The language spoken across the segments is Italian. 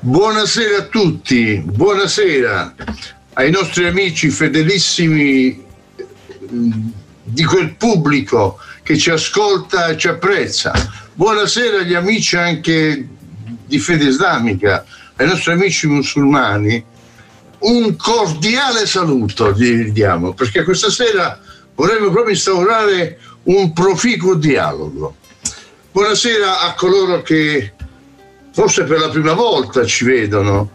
Buonasera a tutti, buonasera ai nostri amici fedelissimi di quel pubblico che ci ascolta e ci apprezza. Buonasera agli amici anche di fede islamica, ai nostri amici musulmani. Un cordiale saluto gli diamo, perché questa sera vorremmo proprio instaurare un proficuo dialogo. Buonasera a coloro che forse per la prima volta ci vedono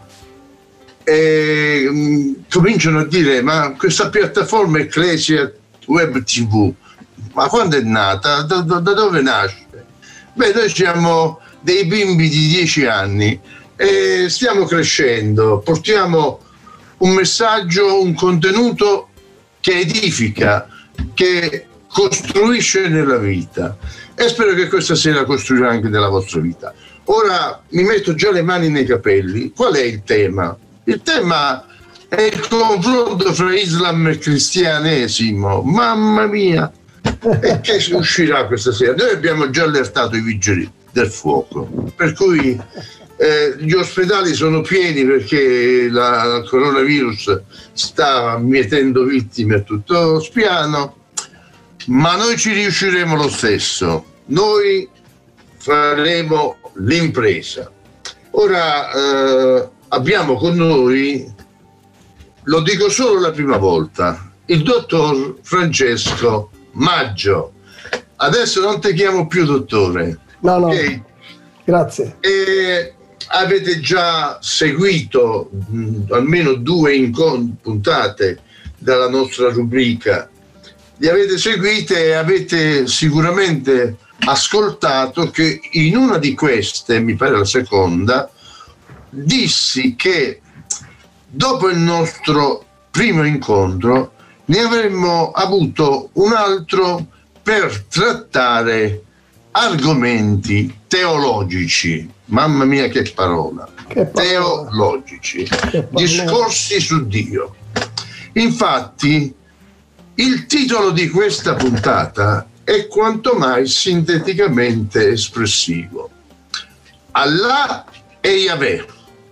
e cominciano a dire: ma questa piattaforma Ecclesia Web TV, ma quando è nata? Da dove nasce? Beh, noi siamo dei bimbi di 10 anni e stiamo crescendo, portiamo un messaggio, un contenuto che edifica, che costruisce nella vita, e spero che questa sera costruirà anche nella vostra vita. Ora mi metto già le mani nei capelli. Qual è il tema? Il tema è il confronto fra Islam e cristianesimo. Mamma mia! E che uscirà questa sera? Noi abbiamo già allertato i vigili del fuoco, per cui gli ospedali sono pieni perché il coronavirus sta mietendo vittime a tutto spiano, ma noi ci riusciremo lo stesso. Noi faremo l'impresa. Ora abbiamo con noi, lo dico solo la prima volta, il dottor Francesco Maggio. Adesso non ti chiamo più dottore. No, okay? Grazie. E avete già seguito almeno 2 puntate dalla nostra rubrica. Li avete seguite e avete sicuramente ascoltato che in una di queste, mi pare la seconda, dissi che dopo il nostro primo incontro ne avremmo avuto un altro per trattare argomenti teologici. Mamma mia, che parola! Teologici, discorsi su Dio. Infatti il titolo di questa puntata è quanto mai sinteticamente espressivo. Allah e Yahweh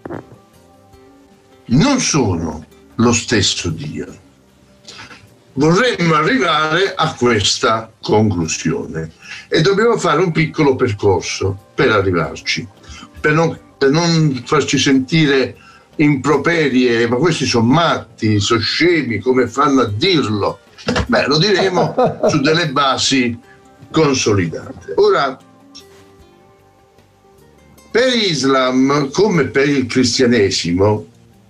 non sono lo stesso Dio. Vorremmo arrivare a questa conclusione e dobbiamo fare un piccolo percorso per arrivarci, per non farci sentire improperie, ma questi sono matti, sono scemi, come fanno a dirlo? Beh, lo diremo su delle basi consolidate. Ora, per Islam, come per il cristianesimo,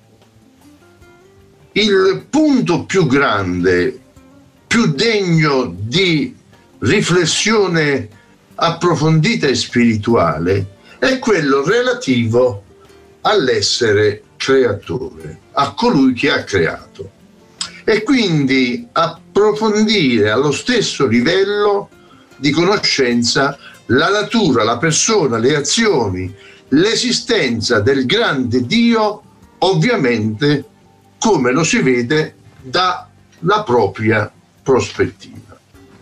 il punto più grande, più degno di riflessione approfondita e spirituale è quello relativo all'essere creatore, a colui che ha creato. E quindi approfondire allo stesso livello di conoscenza la natura, la persona, le azioni, l'esistenza del grande Dio, ovviamente come lo si vede dalla propria prospettiva.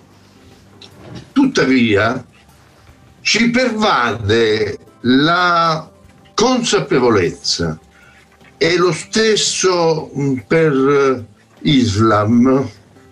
Tuttavia ci pervade la consapevolezza, e lo stesso per Islam,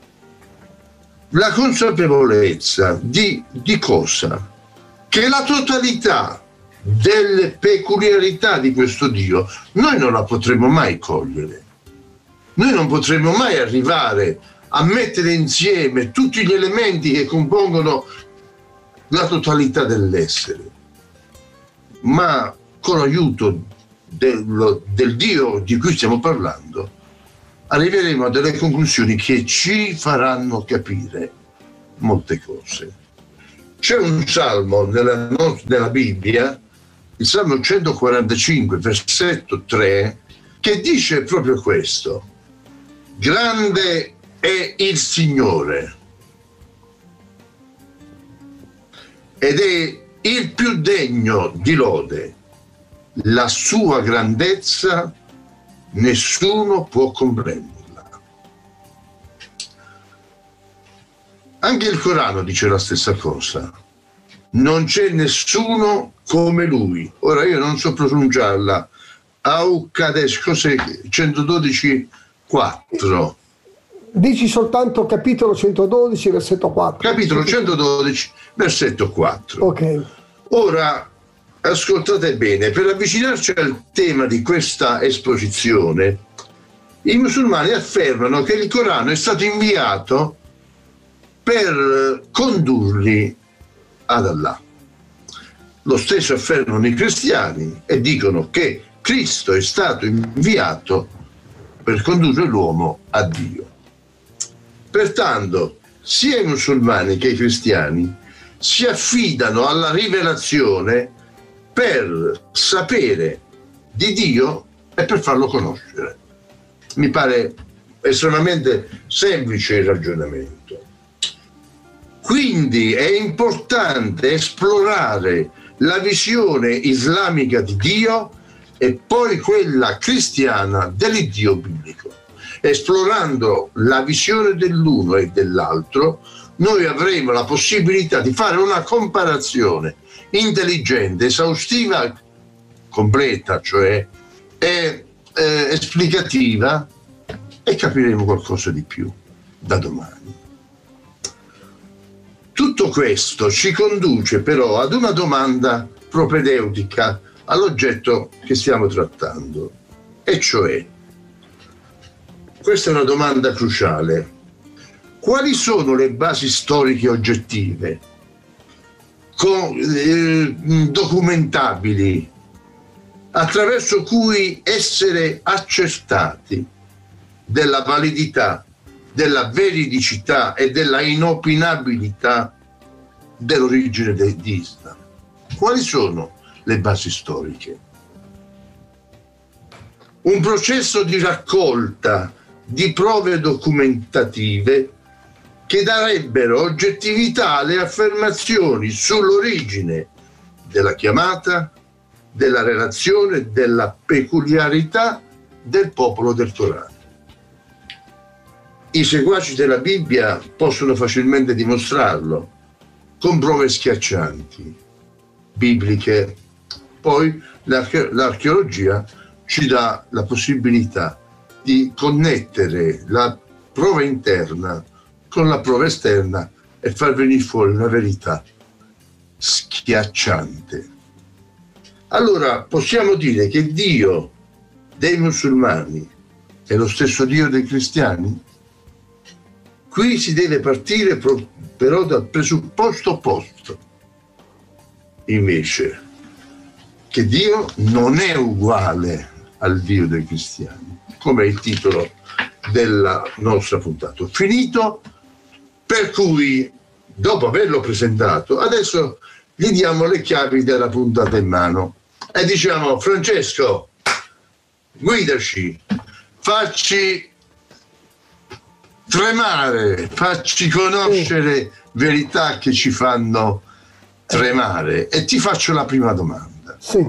la consapevolezza di cosa? Che la totalità delle peculiarità di questo Dio noi non la potremo mai cogliere. Noi non potremo mai arrivare a mettere insieme tutti gli elementi che compongono la totalità dell'essere, ma con l'aiuto del Dio di cui stiamo parlando arriveremo a delle conclusioni che ci faranno capire molte cose. C'è un salmo nella Bibbia, il Salmo 145, versetto 3, che dice proprio questo: grande è il Signore ed è il più degno di lode, la sua grandezza nessuno può comprenderla. Anche il Corano dice la stessa cosa: non c'è nessuno come lui. Ora io non so pronunciarla Aucades, cos'è? 112,4. Dici soltanto capitolo 112, versetto 4. Capitolo 112, versetto 4. Ok. Ora, ascoltate bene, per avvicinarci al tema di questa esposizione, i musulmani affermano che il Corano è stato inviato per condurli ad Allah. Lo stesso affermano i cristiani e dicono che Cristo è stato inviato per condurre l'uomo a Dio. Pertanto, sia i musulmani che i cristiani si affidano alla rivelazione per sapere di Dio e per farlo conoscere. Mi pare estremamente semplice il ragionamento. Quindi è importante esplorare la visione islamica di Dio e poi quella cristiana dell'Iddio biblico. Esplorando la visione dell'uno e dell'altro, noi avremo la possibilità di fare una comparazione intelligente, esaustiva, completa, cioè esplicativa, e capiremo qualcosa di più da domani. Tutto questo ci conduce però ad una domanda propedeutica all'oggetto che stiamo trattando, e cioè, questa è una domanda cruciale: quali sono le basi storiche oggettive, documentabili, attraverso cui essere accertati della validità, della veridicità e della inopinabilità dell'origine di Islam? Quali sono le basi storiche? Un processo di raccolta di prove documentative che darebbero oggettività alle affermazioni sull'origine della chiamata, della relazione, della peculiarità del popolo del Corano. I seguaci della Bibbia possono facilmente dimostrarlo con prove schiaccianti, bibliche. Poi l'archeologia ci dà la possibilità di connettere la prova interna con la prova esterna e far venire fuori una verità schiacciante. Allora possiamo dire che Dio dei musulmani è lo stesso Dio dei cristiani? Qui si deve partire però dal presupposto opposto, invece, che Dio non è uguale al Dio dei cristiani, come è il titolo della nostra puntata. Finito, per cui, dopo averlo presentato, adesso gli diamo le chiavi della puntata in mano e diciamo: Francesco, guidaci, facci tremare, facci conoscere verità che ci fanno tremare. E ti faccio la prima domanda. Sì.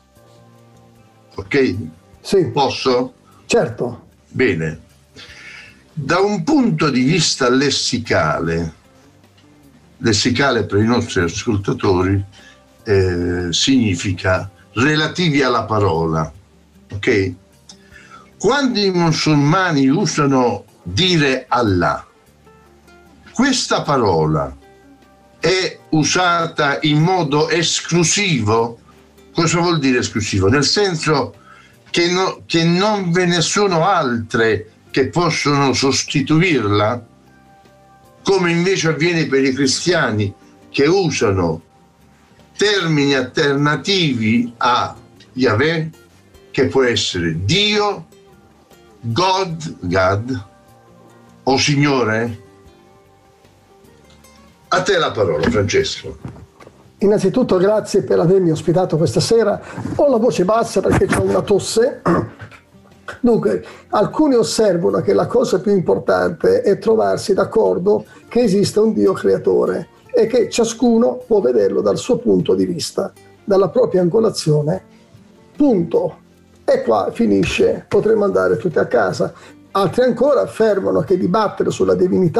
Ok? Sì. Posso? Certo. Bene. Da un punto di vista lessicale per i nostri ascoltatori significa relativi alla parola, ok? Quando i musulmani usano dire Allah, questa parola è usata in modo esclusivo. Cosa vuol dire esclusivo? Nel senso che non ve ne sono altre che possono sostituirla, come invece avviene per i cristiani, che usano termini alternativi a Yahweh, che può essere Dio, God o Signore. A te la parola, Francesco. Innanzitutto grazie per avermi ospitato questa sera. Ho la voce bassa perché ho una tosse. Dunque, alcuni osservano che la cosa più importante è trovarsi d'accordo che esiste un Dio creatore e che ciascuno può vederlo dal suo punto di vista, dalla propria angolazione. Punto. E qua finisce, potremmo andare tutti a casa. Altri ancora affermano che dibattere sulla divinità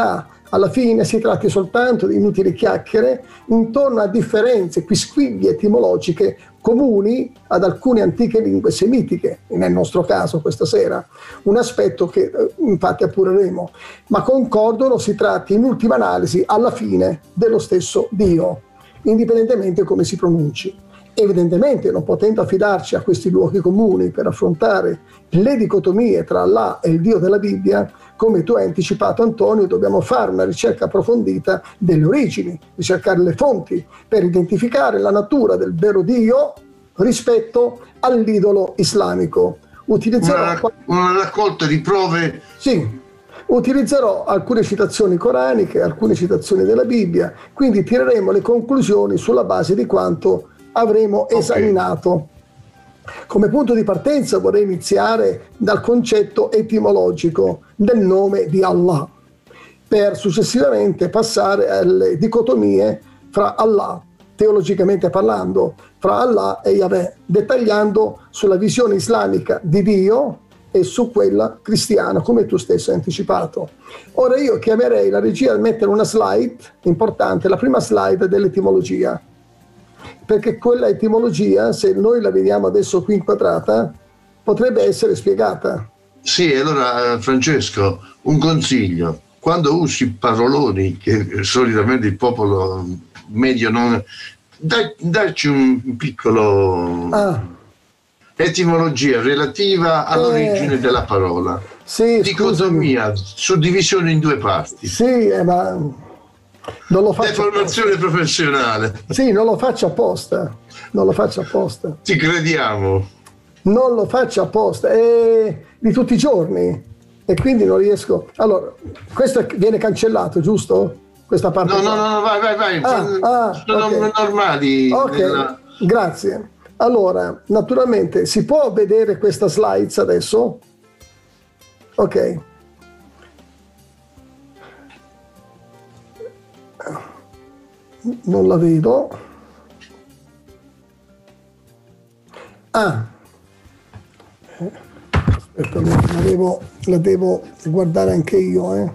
alla fine si tratti soltanto di inutili chiacchiere intorno a differenze, quisquiglie etimologiche comuni ad alcune antiche lingue semitiche, nel nostro caso questa sera, un aspetto che infatti appureremo, ma concordano si tratti in ultima analisi alla fine dello stesso Dio, indipendentemente come si pronunci. Evidentemente, non potendo affidarci a questi luoghi comuni per affrontare le dicotomie tra Allah e il Dio della Bibbia, come tu hai anticipato Antonio, dobbiamo fare una ricerca approfondita delle origini, ricercare le fonti per identificare la natura del vero Dio rispetto all'idolo islamico. Utilizzerò una raccolta di prove. Sì, utilizzerò alcune citazioni coraniche, alcune citazioni della Bibbia, quindi tireremo le conclusioni sulla base di quanto avremo esaminato. Come punto di partenza vorrei iniziare dal concetto etimologico del nome di Allah, per successivamente passare alle dicotomie fra Allah, teologicamente parlando, fra Allah e Yahweh, dettagliando sulla visione islamica di Dio e su quella cristiana, come tu stesso hai anticipato. Ora io chiamerei la regia a mettere una slide importante, la prima slide dell'etimologia, perché quella etimologia, se noi la vediamo adesso qui inquadrata, potrebbe essere spiegata. Sì, allora Francesco, un consiglio: quando usi paroloni che solitamente il popolo medio non... Dacci un piccolo etimologia relativa all'origine della parola. Sì, dicotomia, suddivisione in due parti. Sì, ma... non lo faccio deformazione apposta. Professionale. Sì, non lo faccio apposta. Non lo faccio apposta. Ti crediamo. Non lo faccio apposta. È di tutti i giorni. E quindi non riesco. Allora, questo viene cancellato, giusto? Questa parte. No, vai. Sono okay. Normali. Ok, grazie. Allora, naturalmente, si può vedere questa slide adesso? Ok. Non la vedo. Aspetta, la devo guardare anche io.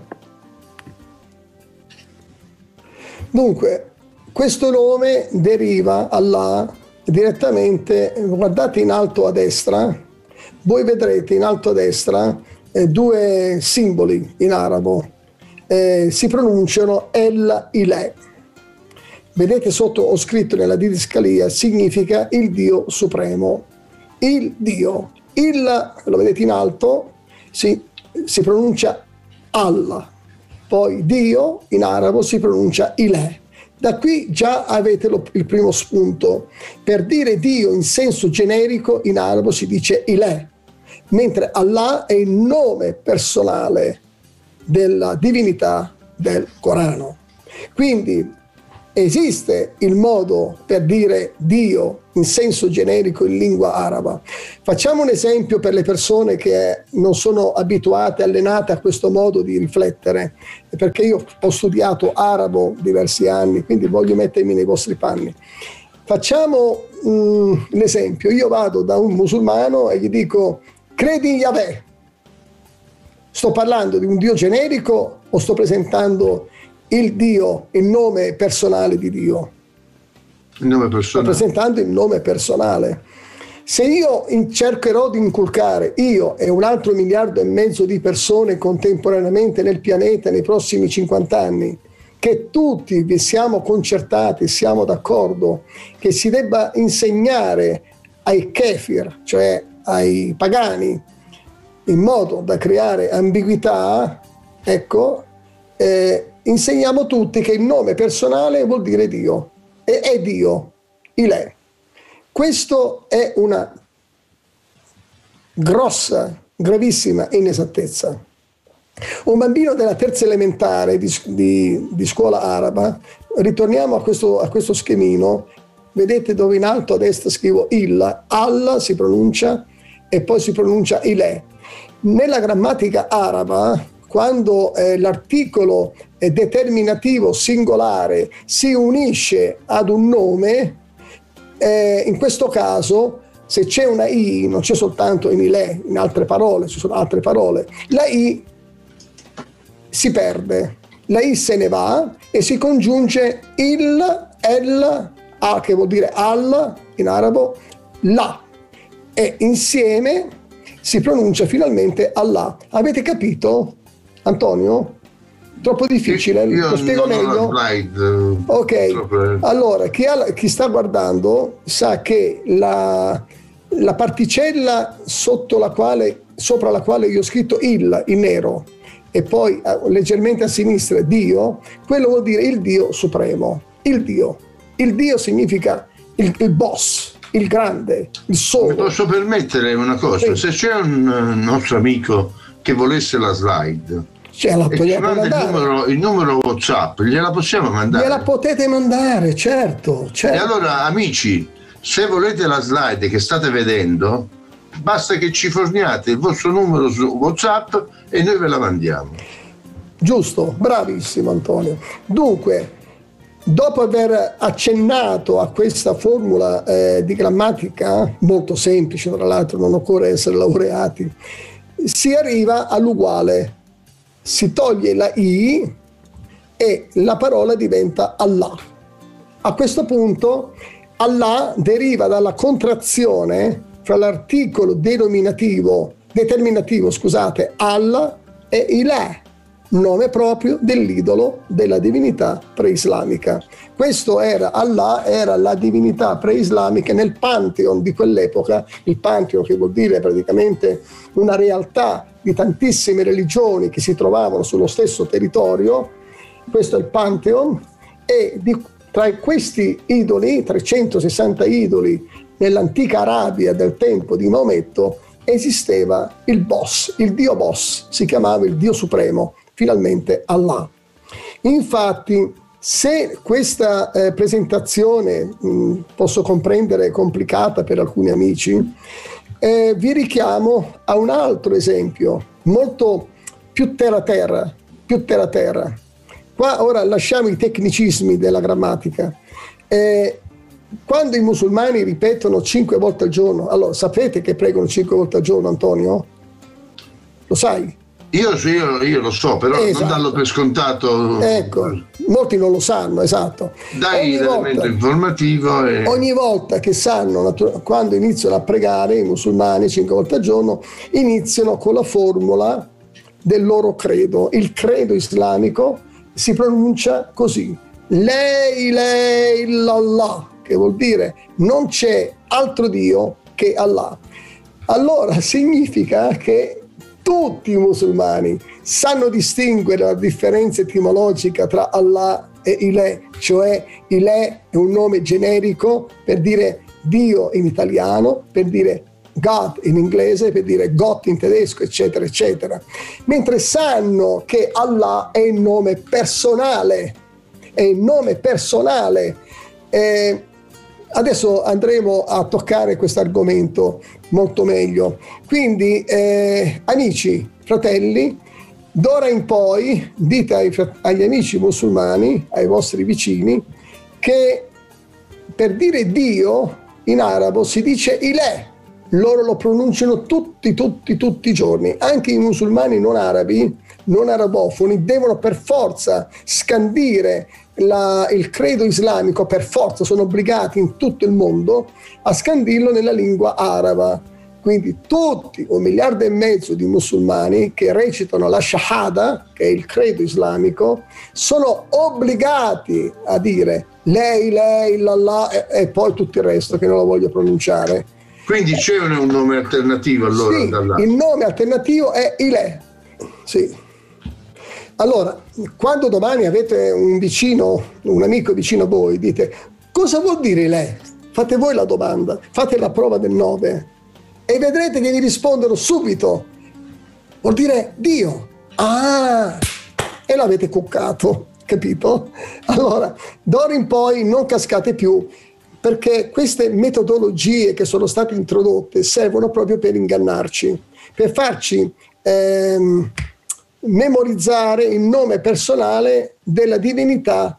Dunque, questo nome deriva Allah direttamente, guardate in alto a destra, voi vedrete in alto a destra due simboli in arabo, si pronunciano El Ilè. Vedete sotto ho scritto nella didascalia, significa il Dio supremo, il Dio. Il, lo vedete in alto, si pronuncia Allah, poi Dio in arabo si pronuncia Ilè. Da qui già avete il primo spunto. Per dire Dio in senso generico in arabo si dice Ilè, mentre Allah è il nome personale della divinità del Corano. Quindi esiste il modo per dire Dio in senso generico in lingua araba. Facciamo un esempio per le persone che non sono abituate, allenate a questo modo di riflettere, perché io ho studiato arabo diversi anni, quindi voglio mettermi nei vostri panni. Facciamo un esempio: io vado da un musulmano e gli dico credi in Yahweh. Sto parlando di un Dio generico o sto presentando il Dio, il nome personale di Dio? Il nome personale. Sto presentando il nome personale. Se io cercherò di inculcare, io e 1,5 miliardi di persone contemporaneamente nel pianeta nei prossimi 50 anni, che tutti vi siamo concertati, siamo d'accordo che si debba insegnare ai kefir, cioè ai pagani, in modo da creare ambiguità, ecco, insegniamo tutti che il nome personale vuol dire Dio, e è Dio, Ilè. Questo è una grossa, gravissima inesattezza. Un bambino della terza elementare di scuola araba, ritorniamo a questo schemino, vedete dove in alto a destra scrivo Il, Allah si pronuncia e poi si pronuncia Ilè. Nella grammatica araba, quando l'articolo determinativo singolare si unisce ad un nome, in questo caso se c'è una I, non c'è soltanto in Ilè, in altre parole, ci sono altre parole, la I si perde, la I se ne va e si congiunge el, a che vuol dire al in arabo, la, e insieme si pronuncia finalmente Allah. Avete capito, Antonio? Troppo difficile? Lo spiego meglio? Ok, allora chi sta guardando sa che la particella sopra la quale io ho scritto il in nero e poi leggermente a sinistra Dio, quello vuol dire il Dio supremo, il Dio. Il Dio significa il boss, il grande, il solo. Mi posso permettere una cosa? Sì. Se c'è un nostro amico che volesse la slide e ci manda il numero WhatsApp, gliela possiamo mandare? Gliela potete mandare, certo. E allora, amici, se volete la slide che state vedendo, basta che ci forniate il vostro numero su WhatsApp e noi ve la mandiamo. Giusto, bravissimo Antonio. Dunque, dopo aver accennato a questa formula di grammatica, molto semplice tra l'altro, non occorre essere laureati, si arriva all'uguale. Si toglie la I e la parola diventa Allah. A questo punto Allah deriva dalla contrazione fra l'articolo determinativo, Allah e Ilah, nome proprio dell'idolo della divinità preislamica. Allah era la divinità preislamica nel Pantheon di quell'epoca, il Pantheon che vuol dire praticamente una realtà di tantissime religioni che si trovavano sullo stesso territorio. Questo è il Pantheon, e tra questi idoli, 360 idoli nell'antica Arabia del tempo di Maometto, esisteva il boss, il dio boss, si chiamava il dio supremo, finalmente Allah. Infatti, se questa presentazione posso comprendere complicata per alcuni amici, vi richiamo a un altro esempio molto più terra-terra. Qua ora lasciamo i tecnicismi della grammatica. Quando i musulmani ripetono 5 volte al giorno, allora sapete che pregano 5 volte al giorno, Antonio? Lo sai? Io lo so, però non darlo per scontato. Ecco, molti non lo sanno, esatto. Dai l'elemento informativo. Ogni volta che sanno, quando iniziano a pregare, i musulmani 5 volte al giorno, iniziano con la formula del loro credo. Il credo islamico si pronuncia così: La ilaha illallah, che vuol dire non c'è altro Dio che Allah. Allora significa che tutti i musulmani sanno distinguere la differenza etimologica tra Allah e Ilah, cioè Ilah è un nome generico per dire Dio in italiano, per dire God in inglese, per dire Gott in tedesco, eccetera, eccetera. Mentre sanno che Allah è il nome personale, adesso andremo a toccare questo argomento molto meglio. Quindi, amici, fratelli, d'ora in poi dite agli amici musulmani, ai vostri vicini, che per dire Dio in arabo si dice Ilah. Loro lo pronunciano tutti i giorni. Anche i musulmani non arabi, non arabofoni, devono per forza scandire il credo islamico, per forza, sono obbligati in tutto il mondo a scandirlo nella lingua araba. Quindi tutti 1,5 miliardi di musulmani che recitano la shahada, che è il credo islamico, sono obbligati a dire lei, illallah e poi tutto il resto che non lo voglio pronunciare. Quindi c'è un nome alternativo allora? Sì, il nome alternativo è Ilah. Sì. Allora, quando domani avete un amico vicino a voi, dite cosa vuol dire Ilah? Fate voi la domanda, fate la prova del 9 e vedrete che vi rispondono subito. Vuol dire Dio. Ah, e l'avete cuccato, capito? Allora, d'ora in poi non cascate più, perché queste metodologie che sono state introdotte servono proprio per ingannarci, per farci memorizzare il nome personale della divinità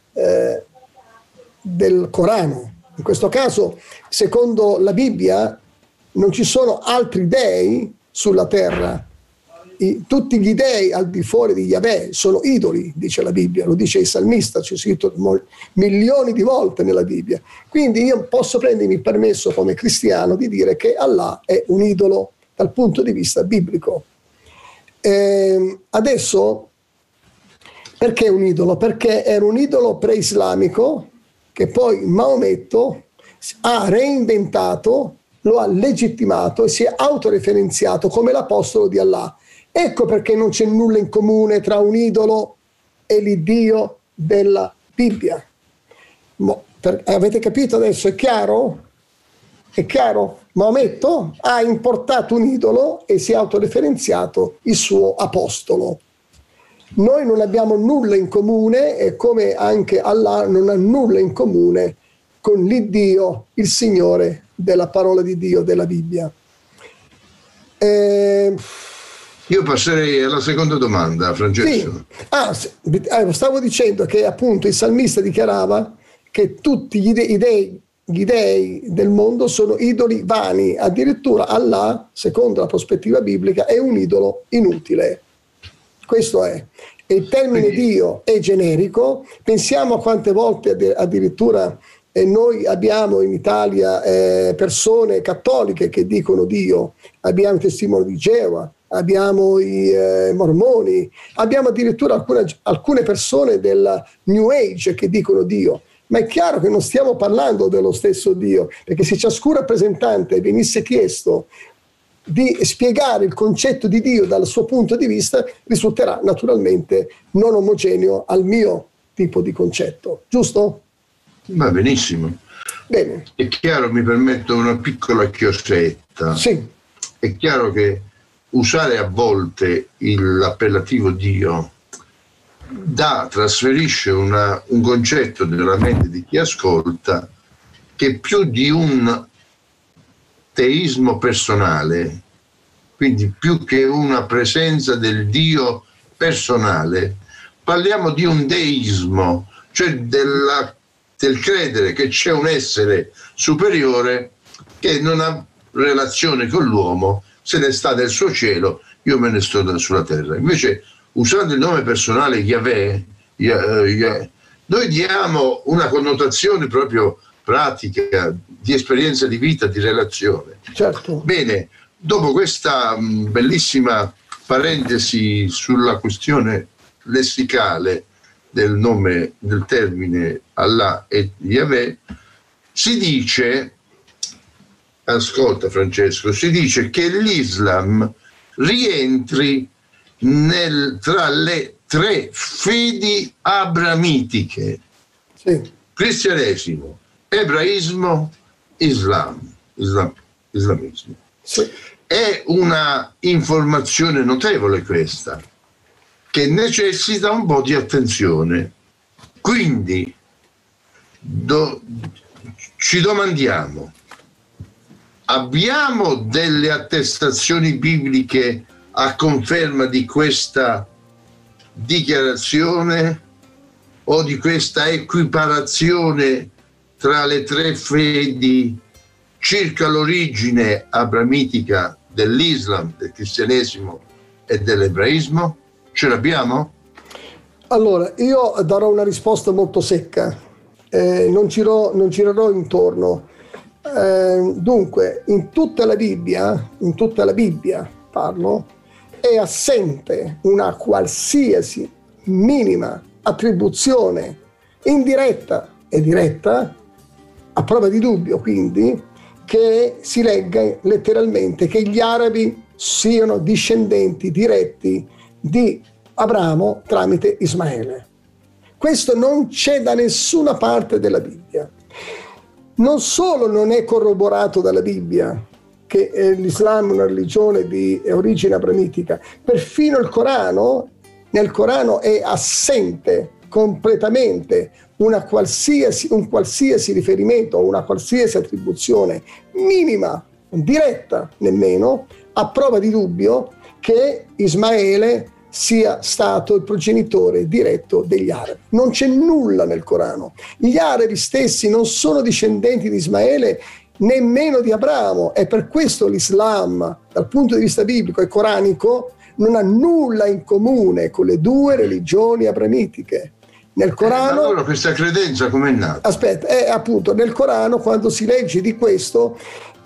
del Corano. In questo caso, secondo la Bibbia, non ci sono altri dei sulla terra tutti gli dei al di fuori di Yahweh sono idoli, dice la Bibbia, lo dice il salmista, c'è scritto milioni di volte nella Bibbia. Quindi io posso prendermi il permesso come cristiano di dire che Allah è un idolo dal punto di vista biblico. Adesso, perché un idolo? Perché era un idolo pre-islamico che poi Maometto ha reinventato, lo ha legittimato e si è autoreferenziato come l'apostolo di Allah. Ecco perché non c'è nulla in comune tra un idolo e l'Iddio della Bibbia. Avete capito adesso? È chiaro? È chiaro? Maometto ha importato un idolo e si è autoreferenziato il suo apostolo. Noi non abbiamo nulla in comune, e come anche Allah non ha nulla in comune con l'Iddio, il Signore della parola di Dio, della Bibbia. Io passerei alla seconda domanda, Francesco. Sì. Stavo dicendo che appunto il salmista dichiarava che tutti gli dei del mondo sono idoli vani, addirittura Allah, secondo la prospettiva biblica, è un idolo inutile. Questo è. E il termine Dio è generico. Pensiamo a quante volte addirittura noi abbiamo in Italia persone cattoliche che dicono Dio, abbiamo i testimoni di Geova, abbiamo i mormoni, abbiamo addirittura alcune persone del New Age che dicono Dio. Ma è chiaro che non stiamo parlando dello stesso Dio, perché se ciascun rappresentante venisse chiesto di spiegare il concetto di Dio dal suo punto di vista, risulterà naturalmente non omogeneo al mio tipo di concetto, giusto? Va benissimo. Bene. È chiaro, mi permetto una piccola chiosetta. Sì. È chiaro che usare a volte l'appellativo Dio trasferisce un concetto nella mente di chi ascolta che più di un teismo personale, quindi più che una presenza del Dio personale, parliamo di un deismo, cioè del credere che c'è un essere superiore che non ha relazione con l'uomo, se ne sta del suo cielo, io me ne sto sulla terra. Invece, usando il nome personale Yahweh, noi diamo una connotazione proprio pratica, di esperienza di vita, di relazione. Certo. Bene, dopo questa bellissima parentesi sulla questione lessicale del nome, del termine Allah e Yahweh, si dice, ascolta Francesco, si dice che l'Islam rientri tra le 3 fedi abramitiche: sì. Cristianesimo, ebraismo, islamismo. Sì. È una informazione notevole questa, che necessita un po' di attenzione. Quindi ci domandiamo: abbiamo delle attestazioni bibliche a conferma di questa dichiarazione o di questa equiparazione tra le 3 fedi circa l'origine abramitica dell'Islam, del cristianesimo e dell'ebraismo? Ce l'abbiamo? Allora, io darò una risposta molto secca, non girerò intorno. Dunque, in tutta la Bibbia parlo, è assente una qualsiasi minima attribuzione indiretta e diretta, a prova di dubbio quindi, che si legga letteralmente che gli arabi siano discendenti diretti di Abramo tramite Ismaele. Questo non c'è da nessuna parte della Bibbia. Non solo non è corroborato dalla Bibbia che l'Islam è una religione di origine abramitica, perfino nel Corano è assente completamente un qualsiasi riferimento o una qualsiasi attribuzione minima, diretta nemmeno, a prova di dubbio che Ismaele sia stato il progenitore diretto degli arabi. Non c'è nulla nel Corano. Gli arabi stessi non sono discendenti di Ismaele, nemmeno di Abramo, e per questo l'Islam, dal punto di vista biblico e coranico, non ha nulla in comune con le due religioni abramitiche. Nel Corano, allora questa credenza com'è nata? Aspetta, appunto nel Corano, quando si legge di questo,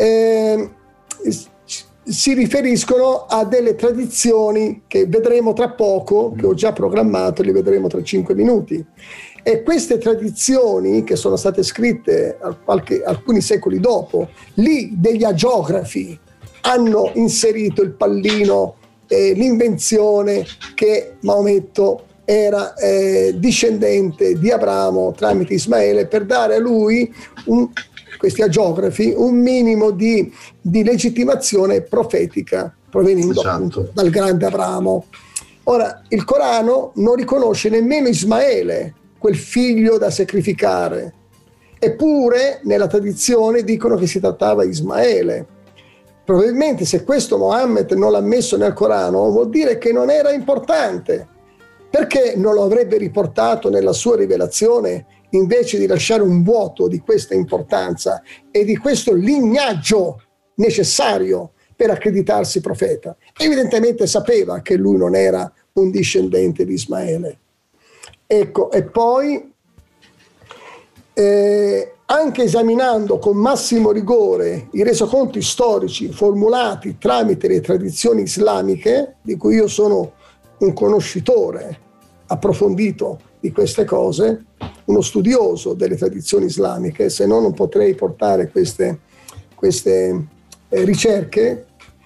si riferiscono a delle tradizioni che vedremo tra poco, che ho già programmato, li vedremo tra 5 minuti. E queste tradizioni, che sono state scritte alcuni secoli dopo, lì degli agiografi hanno inserito il pallino, l'invenzione che Maometto era discendente di Abramo tramite Ismaele, per dare a lui, questi agiografi, un minimo di legittimazione profetica provenendo appunto dal grande Abramo. Ora, il Corano non riconosce nemmeno Ismaele, quel figlio da sacrificare, eppure nella tradizione dicono che si trattava di Ismaele. Probabilmente se questo Mohammed non l'ha messo nel Corano vuol dire che non era importante. Perché non lo avrebbe riportato nella sua rivelazione invece di lasciare un vuoto di questa importanza e di questo lignaggio necessario per accreditarsi profeta? Evidentemente sapeva che lui non era un discendente di Ismaele. Ecco, e poi anche esaminando con massimo rigore i resoconti storici formulati tramite le tradizioni islamiche, di cui io sono un conoscitore approfondito di queste cose, uno studioso delle tradizioni islamiche, se no non potrei portare queste ricerche.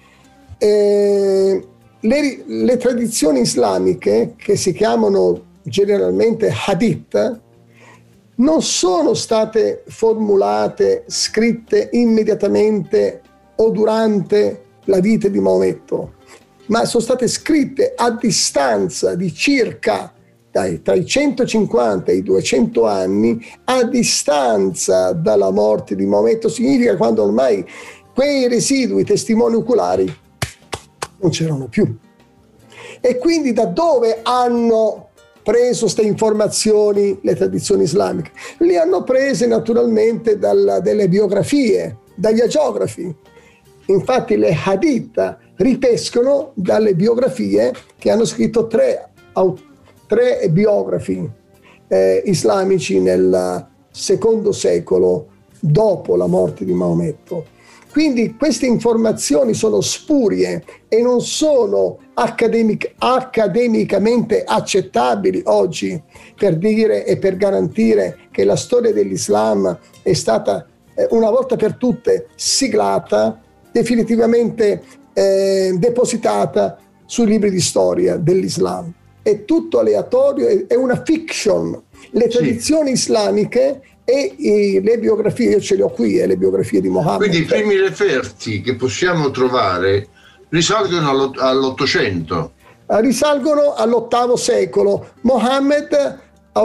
Le tradizioni islamiche, che si chiamano generalmente hadith, non sono state formulate, scritte immediatamente o durante la vita di Maometto, ma sono state scritte a distanza di circa tra i 150 e i 200 anni, a distanza dalla morte di Maometto. Significa quando ormai quei residui testimoni oculari non c'erano più. E quindi da dove hanno preso queste informazioni le tradizioni islamiche? Le hanno prese naturalmente dalle biografie, dagli agiografi. Infatti le hadith ripescono dalle biografie che hanno scritto tre biografi islamici nel secondo secolo dopo la morte di Maometto. Quindi queste informazioni sono spurie e non sono accademicamente accettabili oggi per dire e per garantire che la storia dell'Islam è stata una volta per tutte siglata, definitivamente depositata sui libri di storia dell'Islam. È tutto aleatorio, è una fiction. Le tradizioni islamiche e le biografie, io ce le ho qui, le biografie di Mohammed. Quindi i primi referti che possiamo trovare risalgono all'Ottocento. Risalgono all'VIII secolo. Mohammed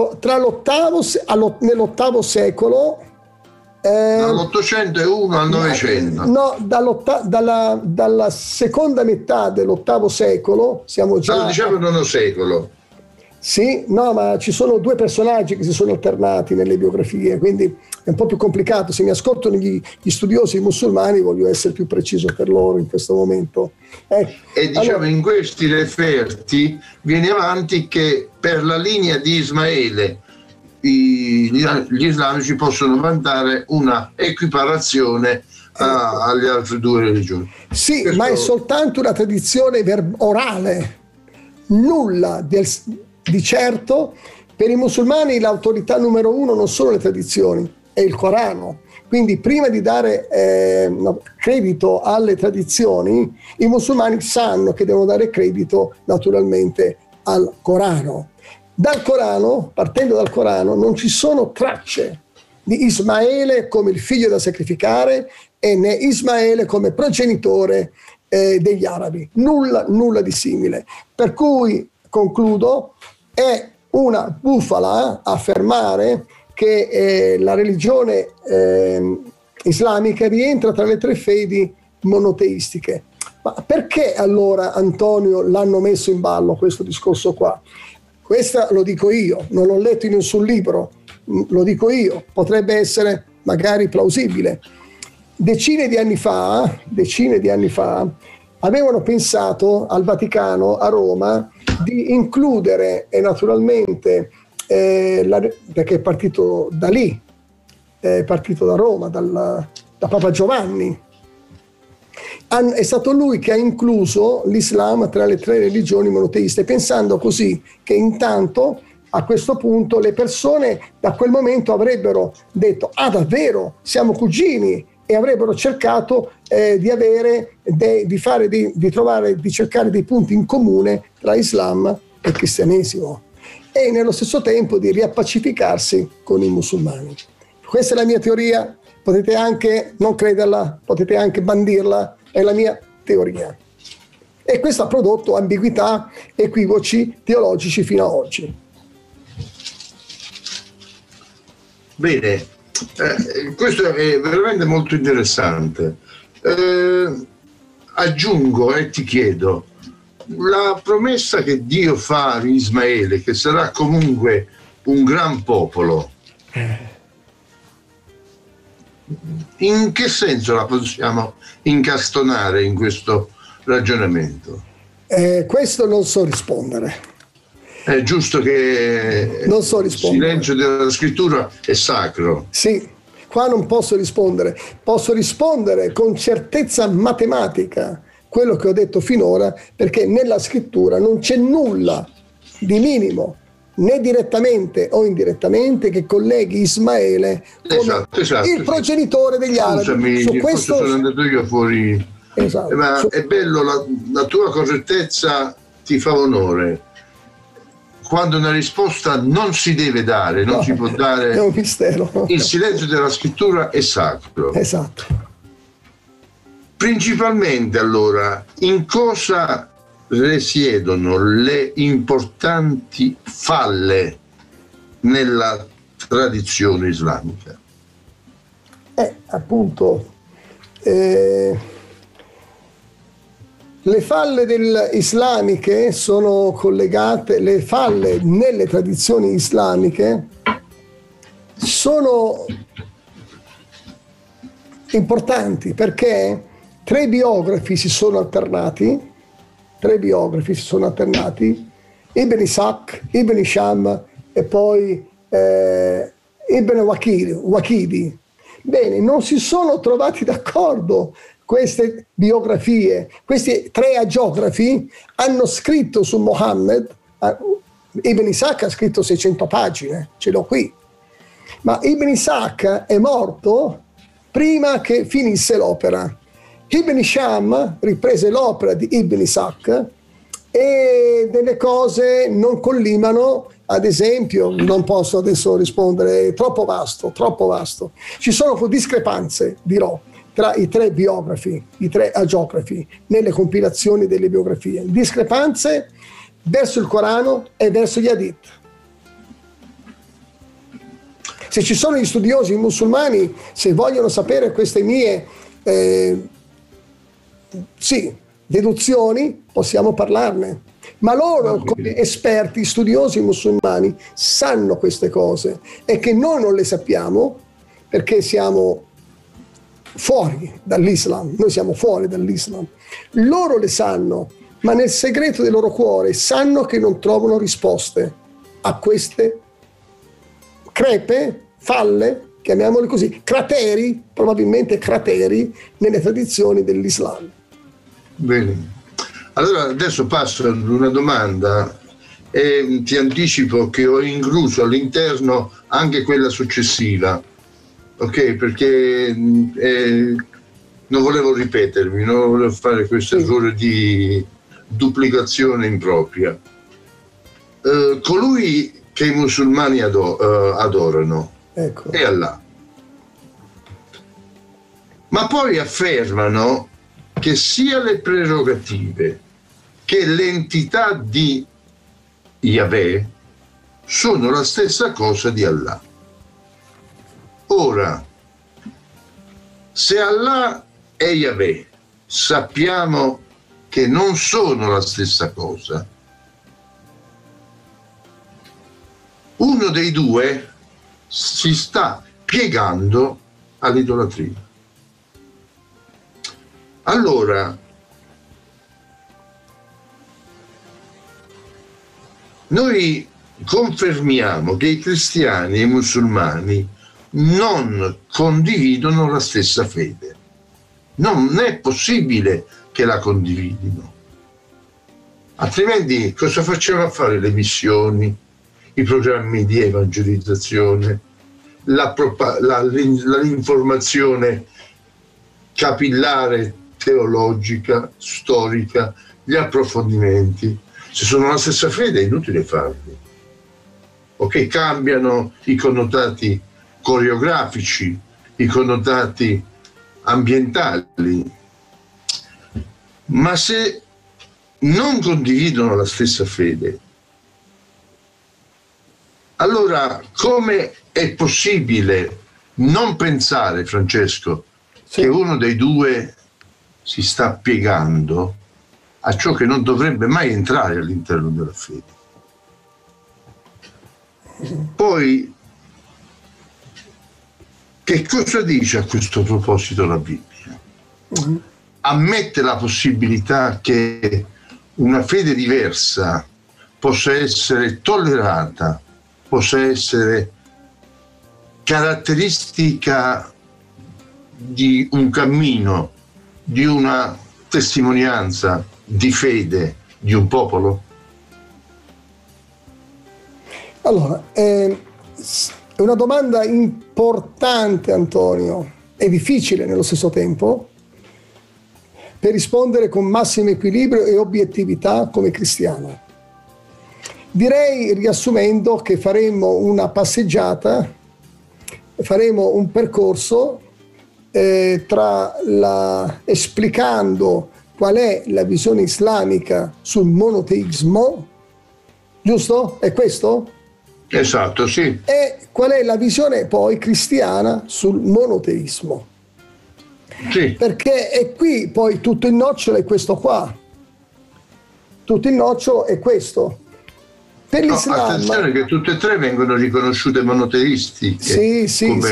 nell'VIII secolo, dall'800 e uno al 900. No, dalla seconda metà dell'VIII secolo, siamo già... Diciamo il IX secolo. Sì, no, ma ci sono due personaggi che si sono alternati nelle biografie, quindi è un po' più complicato. Se mi ascoltano gli studiosi musulmani, voglio essere più preciso per loro in questo momento. E diciamo, allora, in questi referti viene avanti che per la linea di Ismaele gli islamici possono vantare una equiparazione alle altre due religioni. Sì, ma è soltanto una tradizione orale, nulla di certo. Per i musulmani l'autorità numero uno non sono le tradizioni, è il Corano. Quindi prima di dare credito alle tradizioni, i musulmani sanno che devono dare credito naturalmente al Corano. Partendo dal Corano, non ci sono tracce di Ismaele come il figlio da sacrificare e né Ismaele come progenitore degli arabi. Nulla di simile. Per cui, concludo, è una bufala affermare che la religione islamica rientra tra le tre fedi monoteistiche. Ma perché allora, Antonio, l'hanno messo in ballo questo discorso qua? Questa lo dico io, non l'ho letto in nessun libro, lo dico io, potrebbe essere magari plausibile. Decine di anni fa, avevano pensato al Vaticano, a Roma, di includere, e naturalmente, perché è partito da lì, è partito da Roma, da Papa Giovanni. È stato lui che ha incluso l'Islam tra le 3 religioni monoteiste, pensando così che intanto a questo punto le persone da quel momento avrebbero detto: ah, davvero, siamo cugini, e avrebbero cercato di cercare dei punti in comune tra Islam e cristianesimo, e nello stesso tempo di riappacificarsi con i musulmani. Questa è la mia teoria, potete anche non crederla, potete anche bandirla, è la mia teoria. E questo ha prodotto ambiguità, equivoci teologici fino ad oggi. Bene, questo è veramente molto interessante. Aggiungo e ti chiedo, la promessa che Dio fa a Ismaele, che sarà comunque un gran popolo, in che senso la possiamo incastonare in questo ragionamento? Questo non so rispondere. È giusto che non so il silenzio della scrittura è sacro. Sì, qua non posso rispondere. Posso rispondere con certezza matematica quello che ho detto finora, perché nella scrittura non c'è nulla di minimo, né direttamente o indirettamente, che colleghi Ismaele come il progenitore degli arabi. Scusami, Su questo sono andato io fuori. Esatto. Ma è bello, la tua correttezza ti fa onore. Quando una risposta non si deve dare, non si può dare, è un mistero. Il silenzio della scrittura è sacro. Esatto. Principalmente, allora, in cosa risiedono le importanti falle nella tradizione islamica? Appunto, le falle islamiche sono collegate, le falle nelle tradizioni islamiche sono importanti perché 3 biografi si sono alternati, Ibn Ishaq, Ibn Hisham e poi Ibn Waqidi. Bene, non si sono trovati d'accordo queste biografie. Questi 3 agiografi hanno scritto su Mohammed. Ibn Ishaq ha scritto 600 pagine, ce l'ho qui, ma Ibn Ishaq è morto prima che finisse l'opera. Ibn Hisham riprese l'opera di Ibn Ishaq e delle cose non collimano. Ad esempio, non posso adesso rispondere, è troppo vasto. Ci sono discrepanze, dirò, tra i 3 biografi, i 3 agiografi, nelle compilazioni delle biografie. Discrepanze verso il Corano e verso gli Hadith. Se ci sono gli studiosi musulmani, se vogliono sapere queste mie deduzioni, possiamo parlarne. Ma loro, come esperti, studiosi musulmani, sanno queste cose, e che noi non le sappiamo perché siamo fuori dall'Islam. Noi siamo fuori dall'Islam. Loro le sanno, ma nel segreto del loro cuore sanno che non trovano risposte a queste crepe, falle, chiamiamole così, crateri, probabilmente crateri, nelle tradizioni dell'Islam. Bene. Allora adesso passo ad una domanda e ti anticipo che ho incluso all'interno anche quella successiva, ok? Perché non volevo ripetermi, non volevo fare questo errore di duplicazione impropria. Colui che i musulmani adorano è Allah, ma poi affermano che sia le prerogative che l'entità di Yahweh sono la stessa cosa di Allah. Ora, se Allah e Yahweh sappiamo che non sono la stessa cosa, uno dei due si sta piegando all'idolatria. Allora, Noi confermiamo che i cristiani e i musulmani non condividono la stessa fede. Non è possibile che la condividino. Altrimenti cosa facciamo a fare le missioni, i programmi di evangelizzazione, l'informazione capillare, teologica, storica, gli approfondimenti? Se sono la stessa fede è inutile farli. Ok, cambiano i connotati coreografici, i connotati ambientali, ma se non condividono la stessa fede, allora come è possibile non pensare, Francesco, che uno dei due si sta piegando a ciò che non dovrebbe mai entrare all'interno della fede? Poi, che cosa dice a questo proposito la Bibbia? Ammette la possibilità che una fede diversa possa essere tollerata, possa essere caratteristica di un cammino, di una testimonianza di fede di un popolo? Allora, è una domanda importante, Antonio, e difficile nello stesso tempo, per rispondere con massimo equilibrio e obiettività come cristiano. Direi, riassumendo, che faremo una passeggiata, faremo un percorso esplicando qual è la visione islamica sul monoteismo, giusto? È questo? Esatto, sì. E qual è la visione poi cristiana sul monoteismo? Sì. Perché è qui poi tutto il nocciolo è questo qua. Tutto il nocciolo è questo. Per l'Islam, attenzione che tutte e tre vengono riconosciute monoteistiche.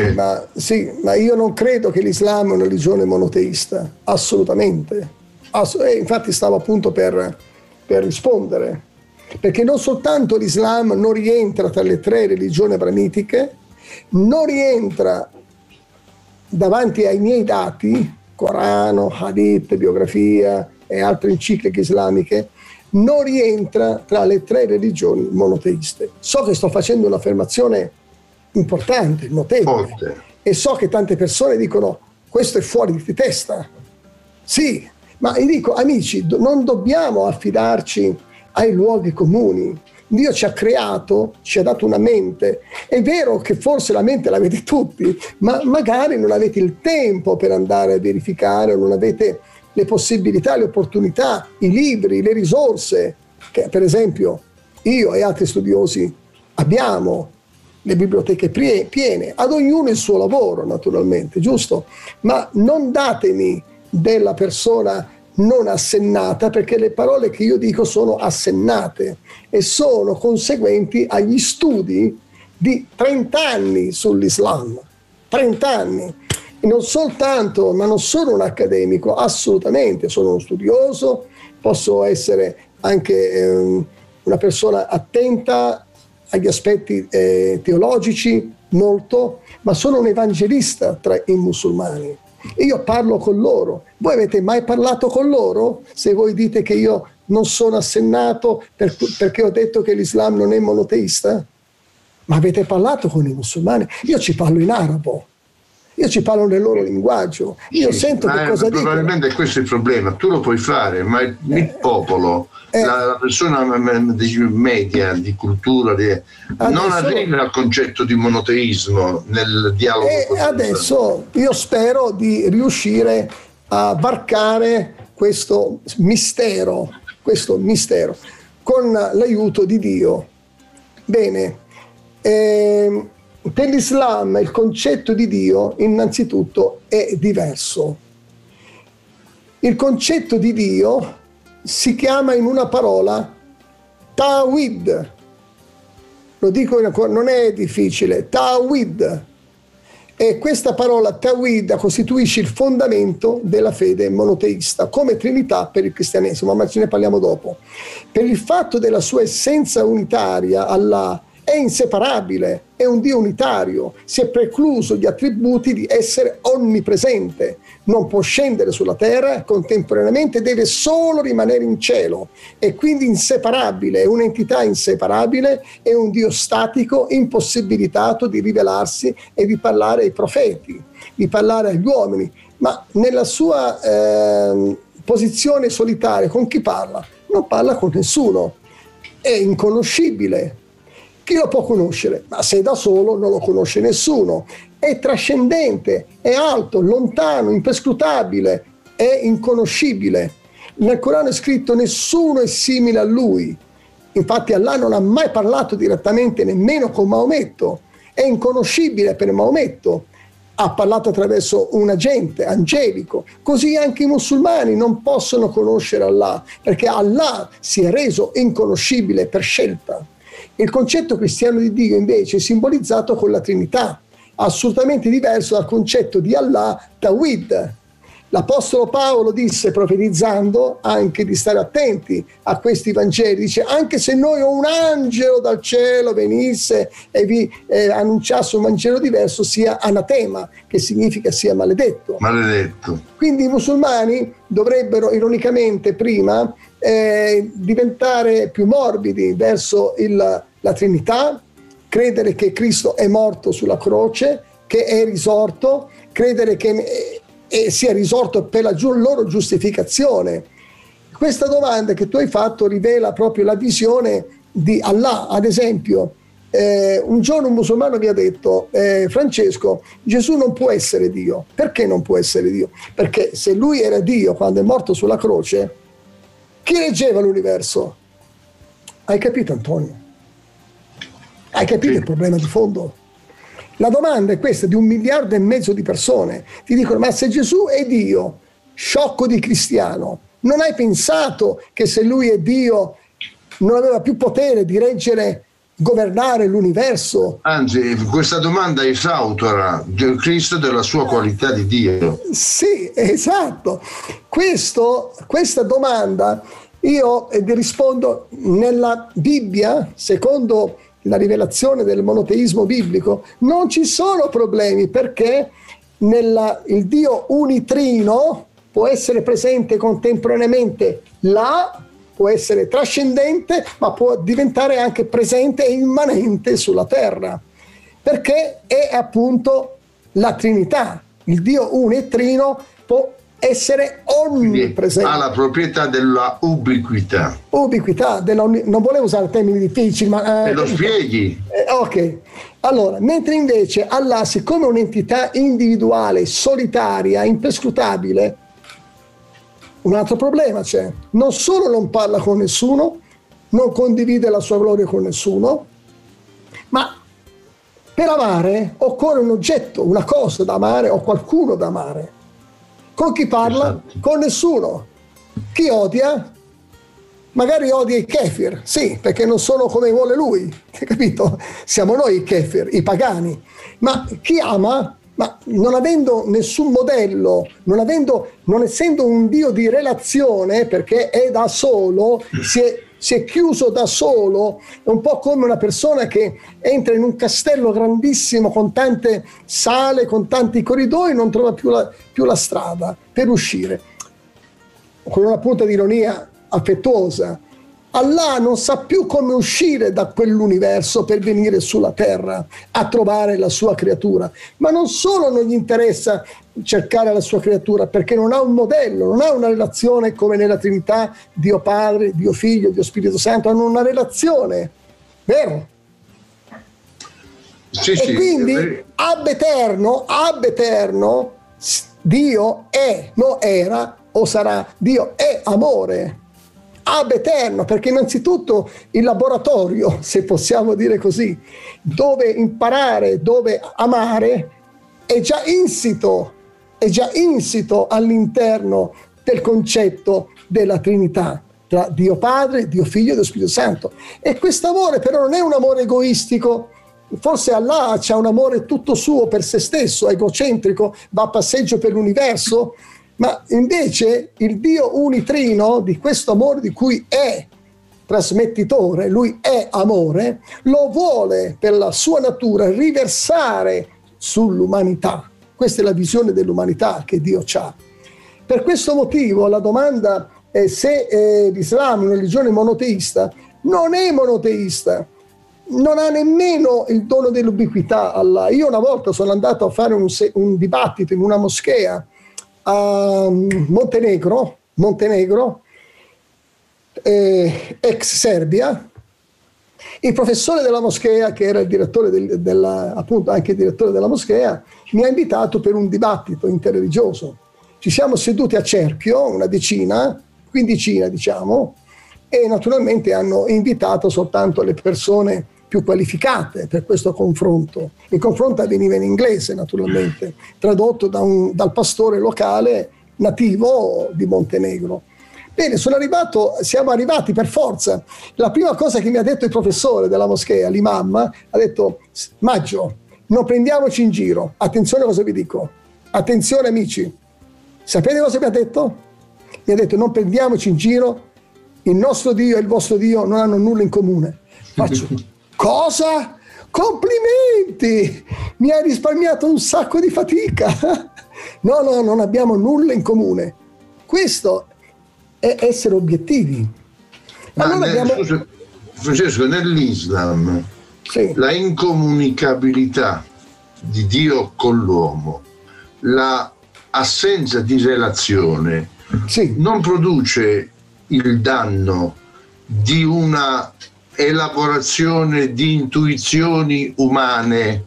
Sì, ma io non credo che l'Islam è una religione monoteista, assolutamente. Infatti stavo appunto per rispondere, perché non soltanto l'Islam non rientra tra le tre religioni abramitiche, non rientra davanti ai miei dati, Corano, Hadith, biografia e altre encicliche islamiche, non rientra tra le tre religioni monoteiste. So che sto facendo un'affermazione importante, notevole, forte, e so che tante persone dicono questo è fuori di testa. Sì, ma gli dico, amici, non dobbiamo affidarci ai luoghi comuni. Dio ci ha creato, ci ha dato una mente. È vero che forse la mente l'avete tutti, ma magari non avete il tempo per andare a verificare, o non avete le possibilità, le opportunità, i libri, le risorse, che per esempio io e altri studiosi abbiamo, le biblioteche piene, ad ognuno il suo lavoro naturalmente, giusto? Ma non datemi della persona non assennata, perché le parole che io dico sono assennate e sono conseguenti agli studi di 30 anni sull'Islam, 30 anni. E non soltanto, ma non sono un accademico, assolutamente, sono uno studioso, posso essere anche una persona attenta agli aspetti teologici, molto, ma sono un evangelista tra i musulmani. Io parlo con loro. Voi avete mai parlato con loro? Se voi dite che io non sono assennato perché ho detto che l'Islam non è monoteista? Ma avete parlato con i musulmani? Io ci parlo in arabo. Io ci parlo nel loro linguaggio, io sento che cosa dicono. Probabilmente questo è il problema, tu lo puoi fare, ma il popolo, la persona media di cultura, non arriva al concetto di monoteismo nel dialogo. Adesso io spero di riuscire a varcare questo mistero con l'aiuto di Dio. Bene. Per l'Islam il concetto di Dio innanzitutto è diverso. Il concetto di Dio si chiama in una parola Tawhid. Lo dico, non è difficile, Tawhid. E questa parola Tawhid costituisce il fondamento della fede monoteista come Trinità per il cristianesimo, ma ce ne parliamo dopo. Per il fatto della sua essenza unitaria, Allah è inseparabile, è un Dio unitario, si è precluso gli attributi di essere onnipresente, non può scendere sulla terra, contemporaneamente deve solo rimanere in cielo, è quindi inseparabile, è un'entità inseparabile, è un Dio statico, impossibilitato di rivelarsi e di parlare ai profeti, di parlare agli uomini, ma nella sua posizione solitaria con chi parla? Non parla con nessuno, è inconoscibile. Chi lo può conoscere? Ma se è da solo non lo conosce nessuno. È trascendente, è alto, lontano, imperscrutabile, è inconoscibile. Nel Corano è scritto nessuno è simile a lui. Infatti Allah non ha mai parlato direttamente nemmeno con Maometto. È inconoscibile per Maometto. Ha parlato attraverso un agente angelico. Così anche i musulmani non possono conoscere Allah, perché Allah si è reso inconoscibile per scelta. Il concetto cristiano di Dio invece è simbolizzato con la Trinità, assolutamente diverso dal concetto di Allah, Tawhid. L'Apostolo Paolo disse, profetizzando, anche di stare attenti a questi Vangeli, dice anche se noi o un angelo dal cielo venisse e vi annunciasse un Vangelo diverso, sia anatema, che significa sia maledetto. Maledetto. Quindi i musulmani dovrebbero ironicamente prima diventare più morbidi verso la Trinità, credere che Cristo è morto sulla croce, che è risorto, credere che sia risorto per la loro giustificazione. Questa domanda che tu hai fatto rivela proprio la visione di Allah. Ad esempio, un giorno un musulmano mi ha detto Francesco, Gesù non può essere Dio. Perché non può essere Dio? Perché se lui era Dio quando è morto sulla croce, chi reggeva l'universo? Hai capito, Antonio? Hai capito il problema di fondo? La domanda è questa di 1,5 miliardi di persone. Ti dicono, ma se Gesù è Dio, sciocco di cristiano, non hai pensato che se lui è Dio non aveva più potere di reggere, governare l'universo? Anzi, questa domanda esautora Cristo della sua qualità di Dio. Sì, esatto. Questa domanda io rispondo nella Bibbia, secondo la rivelazione del monoteismo biblico, non ci sono problemi, perché il Dio unitrino può essere presente contemporaneamente là, può essere trascendente, ma può diventare anche presente e immanente sulla terra, perché è appunto la Trinità. Il Dio unitrino può essere onnipresente. Ha la proprietà della ubiquità. Ubiquità, non volevo usare termini difficili, ma... Me lo spieghi? Ok. Allora, mentre invece Allah, siccome è un'entità individuale, solitaria, imperscrutabile, un altro problema c'è. Non solo non parla con nessuno, non condivide la sua gloria con nessuno, ma per amare occorre un oggetto, una cosa da amare o qualcuno da amare. Con chi parla? Esatto. Con nessuno. Chi odia? Magari odia i kefir, sì, perché non sono come vuole lui, capito? Siamo noi i kefir, i pagani. Ma chi ama? Ma non avendo nessun modello, non essendo un Dio di relazione, perché è da solo, si è chiuso da solo, è un po' come una persona che entra in un castello grandissimo con tante sale, con tanti corridoi, non trova più la strada per uscire. Con una punta di ironia affettuosa, Allah non sa più come uscire da quell'universo per venire sulla terra a trovare la sua creatura, ma non solo non gli interessa cercare la sua creatura, perché non ha un modello, non ha una relazione come nella Trinità, Dio Padre, Dio Figlio, Dio Spirito Santo, hanno una relazione, vero? Sì, e quindi ab eterno, Dio è, non era o sarà, Dio è amore. Ab eterno, perché innanzitutto il laboratorio, se possiamo dire così, dove imparare, dove amare, è già insito all'interno del concetto della Trinità, tra Dio Padre, Dio Figlio e Dio Spirito Santo. E questo amore però non è un amore egoistico, Forse Allah c'ha un amore tutto suo per se stesso, egocentrico, va a passeggio per l'universo, ma invece il Dio unitrino di questo amore di cui è trasmettitore, lui è amore, lo vuole per la sua natura riversare sull'umanità. Questa è la visione dell'umanità che Dio ha. Per questo motivo la domanda è se l'Islam è una religione monoteista. Non è monoteista, non ha nemmeno il dono dell'ubiquità Allah. Io una volta sono andato a fare un dibattito in una moschea a Montenegro, ex Serbia. Il professore della moschea, che era il direttore appunto anche il direttore della moschea, mi ha invitato per un dibattito interreligioso. Ci siamo seduti a cerchio, una quindicina diciamo, e naturalmente hanno invitato soltanto le persone più qualificate per questo confronto. Il confronto avveniva in inglese, naturalmente, tradotto dal pastore locale nativo di Montenegro. Bene, siamo arrivati per forza. La prima cosa che mi ha detto il professore della moschea, l'imam, ha detto: Maggio, non prendiamoci in giro. Attenzione a cosa vi dico. Attenzione amici. Sapete cosa mi ha detto? Mi ha detto: non prendiamoci in giro, il nostro Dio e il vostro Dio non hanno nulla in comune. Faccio: cosa? Complimenti! Mi hai risparmiato un sacco di fatica. No, non abbiamo nulla in comune. Questo è essere obiettivi. Scusa, Francesco, nell'Islam sì, la incomunicabilità di Dio con l'uomo, la assenza di relazione sì, non produce il danno di una elaborazione di intuizioni umane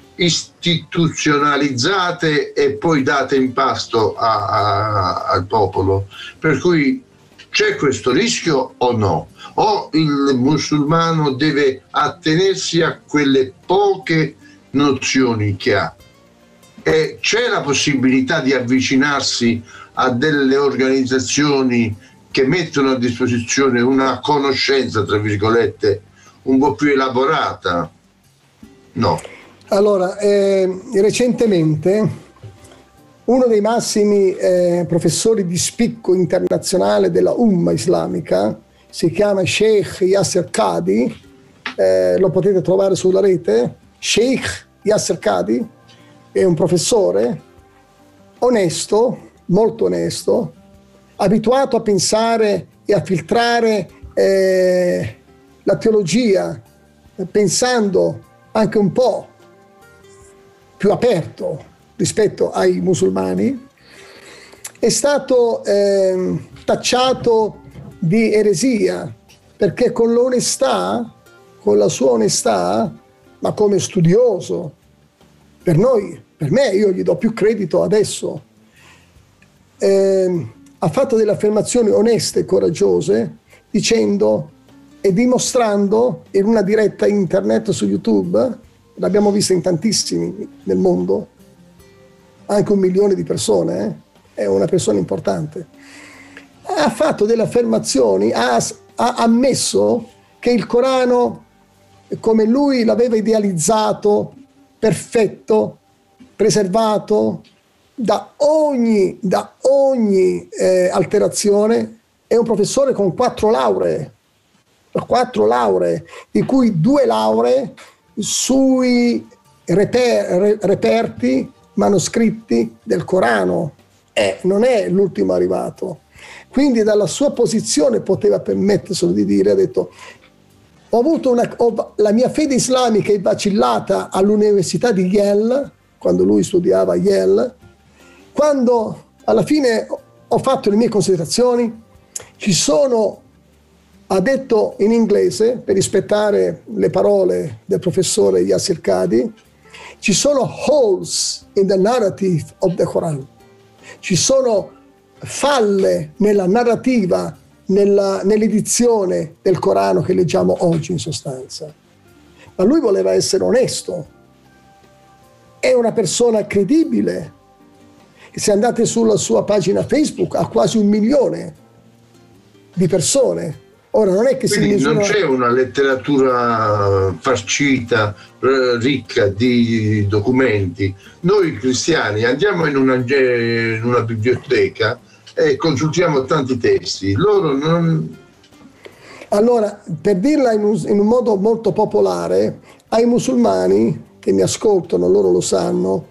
istituzionalizzate e poi date in pasto al popolo, per cui c'è questo rischio o no? O il musulmano deve attenersi a quelle poche nozioni che ha, e c'è la possibilità di avvicinarsi a delle organizzazioni che mettono a disposizione una conoscenza, tra virgolette, un po' più elaborata? No. Allora, recentemente uno dei massimi professori di spicco internazionale della Umma islamica, si chiama Sheikh Yasser Qadhi, lo potete trovare sulla rete. Sheikh Yasser Qadhi è un professore onesto, molto onesto, abituato a pensare e a filtrare la teologia, pensando anche un po' più aperto rispetto ai musulmani. È stato tacciato di eresia perché con l'onestà, con la sua onestà, ma come studioso, per me, io gli do più credito adesso, ha fatto delle affermazioni oneste e coraggiose, dicendo e dimostrando in una diretta internet su YouTube, l'abbiamo vista in tantissimi nel mondo, anche 1 milione di persone, è una persona importante, ha fatto delle affermazioni, ha ammesso che il Corano, come lui l'aveva idealizzato, perfetto, preservato da ogni alterazione, è un professore con 4 lauree, di cui 2 lauree sui reperti manoscritti del Corano. Non è l'ultimo arrivato. Quindi dalla sua posizione poteva permetterselo di dire, ha detto: la mia fede islamica è vacillata all'università di Yale, quando lui studiava a Yale, quando alla fine ho fatto le mie considerazioni, ha detto in inglese, per rispettare le parole del professore Yasser Qadhi, ci sono holes in the narrative of the Quran, ci sono falle nella narrativa, nell'edizione del Corano che leggiamo oggi in sostanza. Ma lui voleva essere onesto, è una persona credibile. Se andate sulla sua pagina Facebook ha quasi 1 milione di persone Ora non è che quindi non c'è una letteratura farcita, ricca di documenti. Noi cristiani andiamo in una biblioteca e consultiamo tanti testi, loro non... Allora, per dirla in un modo molto popolare, ai musulmani che mi ascoltano, loro lo sanno,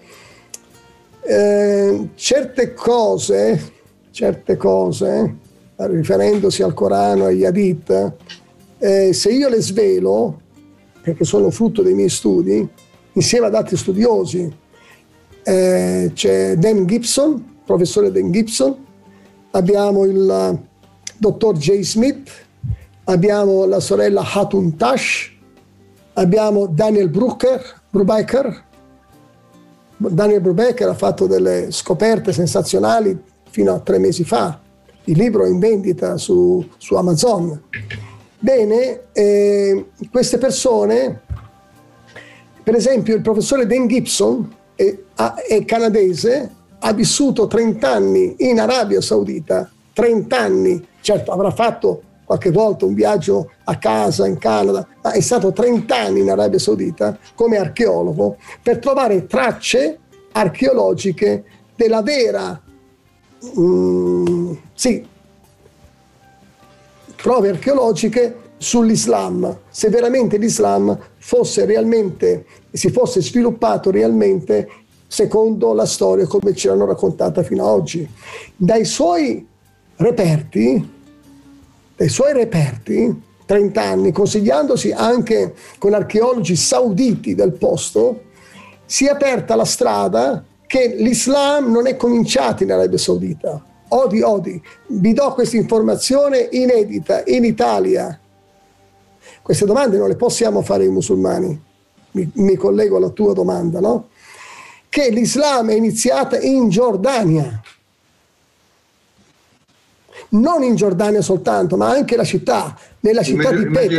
certe cose, riferendosi al Corano e agli Hadith, se io le svelo, perché sono frutto dei miei studi, insieme ad altri studiosi, c'è Dan Gibson, professore Dan Gibson, abbiamo il dottor J. Smith, abbiamo la sorella Hatun Tash, abbiamo Daniel Brubaker. Daniel Brubaker ha fatto delle scoperte sensazionali fino a 3 mesi fa. Il libro è in vendita su Amazon. Bene, queste persone, per esempio il professore Dan Gibson è canadese, ha vissuto 30 anni in Arabia Saudita, 30 anni, certo avrà fatto qualche volta un viaggio a casa in Canada, ma è stato 30 anni in Arabia Saudita come archeologo per trovare tracce archeologiche della vera, prove archeologiche sull'Islam, se veramente l'Islam si fosse sviluppato realmente secondo la storia come ce l'hanno raccontata fino ad oggi. Dai suoi reperti, 30 anni, consigliandosi anche con archeologi sauditi del posto, si è aperta la strada che l'Islam non è cominciato in Arabia Saudita. Odi, vi do questa informazione inedita in Italia. Queste domande non le possiamo fare ai musulmani. Mi collego alla tua domanda, no? Che l'Islam è iniziata in Giordania. Non in Giordania soltanto, ma anche nella città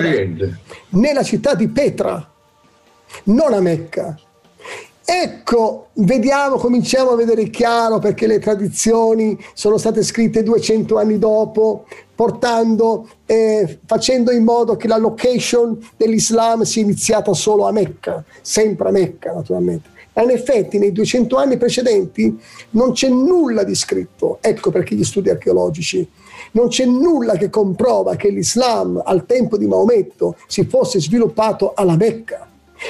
di Petra, non a Mecca. Ecco, cominciamo a vedere chiaro perché le tradizioni sono state scritte 200 anni dopo, facendo in modo che la location dell'Islam sia iniziata solo a Mecca, sempre a Mecca naturalmente. Ma in effetti nei 200 anni precedenti non c'è nulla di scritto, ecco perché gli studi archeologici. Non c'è nulla che comprova che l'Islam al tempo di Maometto si fosse sviluppato alla Mecca.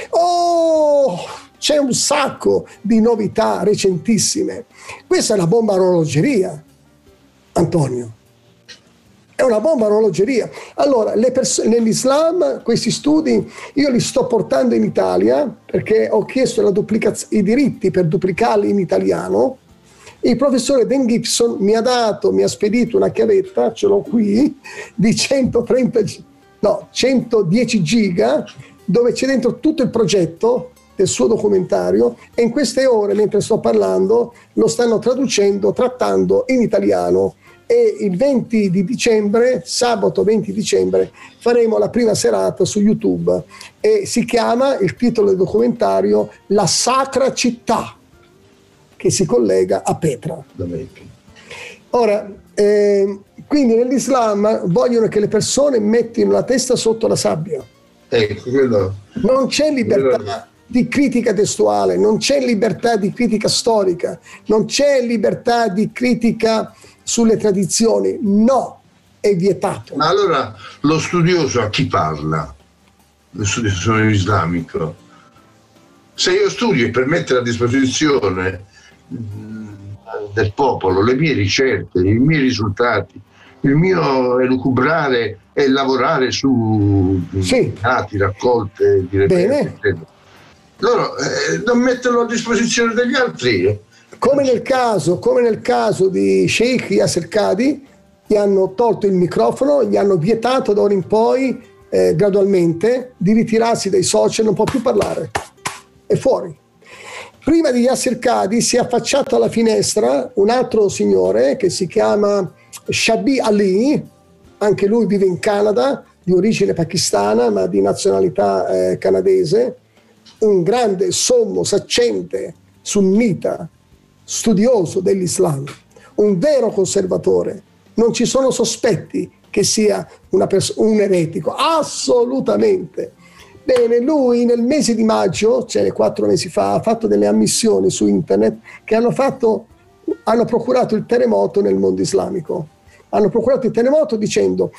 C'è un sacco di novità recentissime. Questa è una bomba a orologeria, Antonio. È una bomba a orologeria. Allora, nell'Islam questi studi io li sto portando in Italia perché ho chiesto i diritti per duplicarli in italiano. Il professore Dan Gibson mi ha spedito una chiavetta, ce l'ho qui, di 110 giga, dove c'è dentro tutto il progetto del suo documentario e in queste ore, mentre sto parlando, lo stanno trattando in italiano e il 20 di dicembre, sabato 20 dicembre, faremo la prima serata su YouTube e si chiama, il titolo del documentario, La Sacra Città, che si collega a Petra. Ora, quindi nell'Islam vogliono che le persone mettino la testa sotto la sabbia. Non c'è libertà di critica testuale, non c'è libertà di critica storica, non c'è libertà di critica sulle tradizioni, no, è vietato. Ma allora lo studioso a chi parla? Lo studioso islamico? Se io studio per mettere a disposizione del popolo le mie ricerche, i miei risultati, il mio elucubrare e lavorare su dati, raccolte di reperti, loro non metterlo a disposizione degli altri. Come nel caso di Sheikh Yasser Qadi, gli hanno tolto il microfono, gli hanno vietato da ora in poi gradualmente di ritirarsi dai social, non può più parlare, è fuori. Prima di Yasser Qadi si è affacciato alla finestra un altro signore che si chiama Shabi Ali, anche lui vive in Canada, di origine pakistana ma di nazionalità canadese, un grande sommo saccente sunnita, studioso dell'Islam, un vero conservatore. Non ci sono sospetti che sia un eretico, assolutamente. Bene, lui nel mese di maggio, cioè 4 mesi fa, ha fatto delle ammissioni su internet che hanno procurato il terremoto nel mondo islamico. Hanno procurato il terremoto dicendo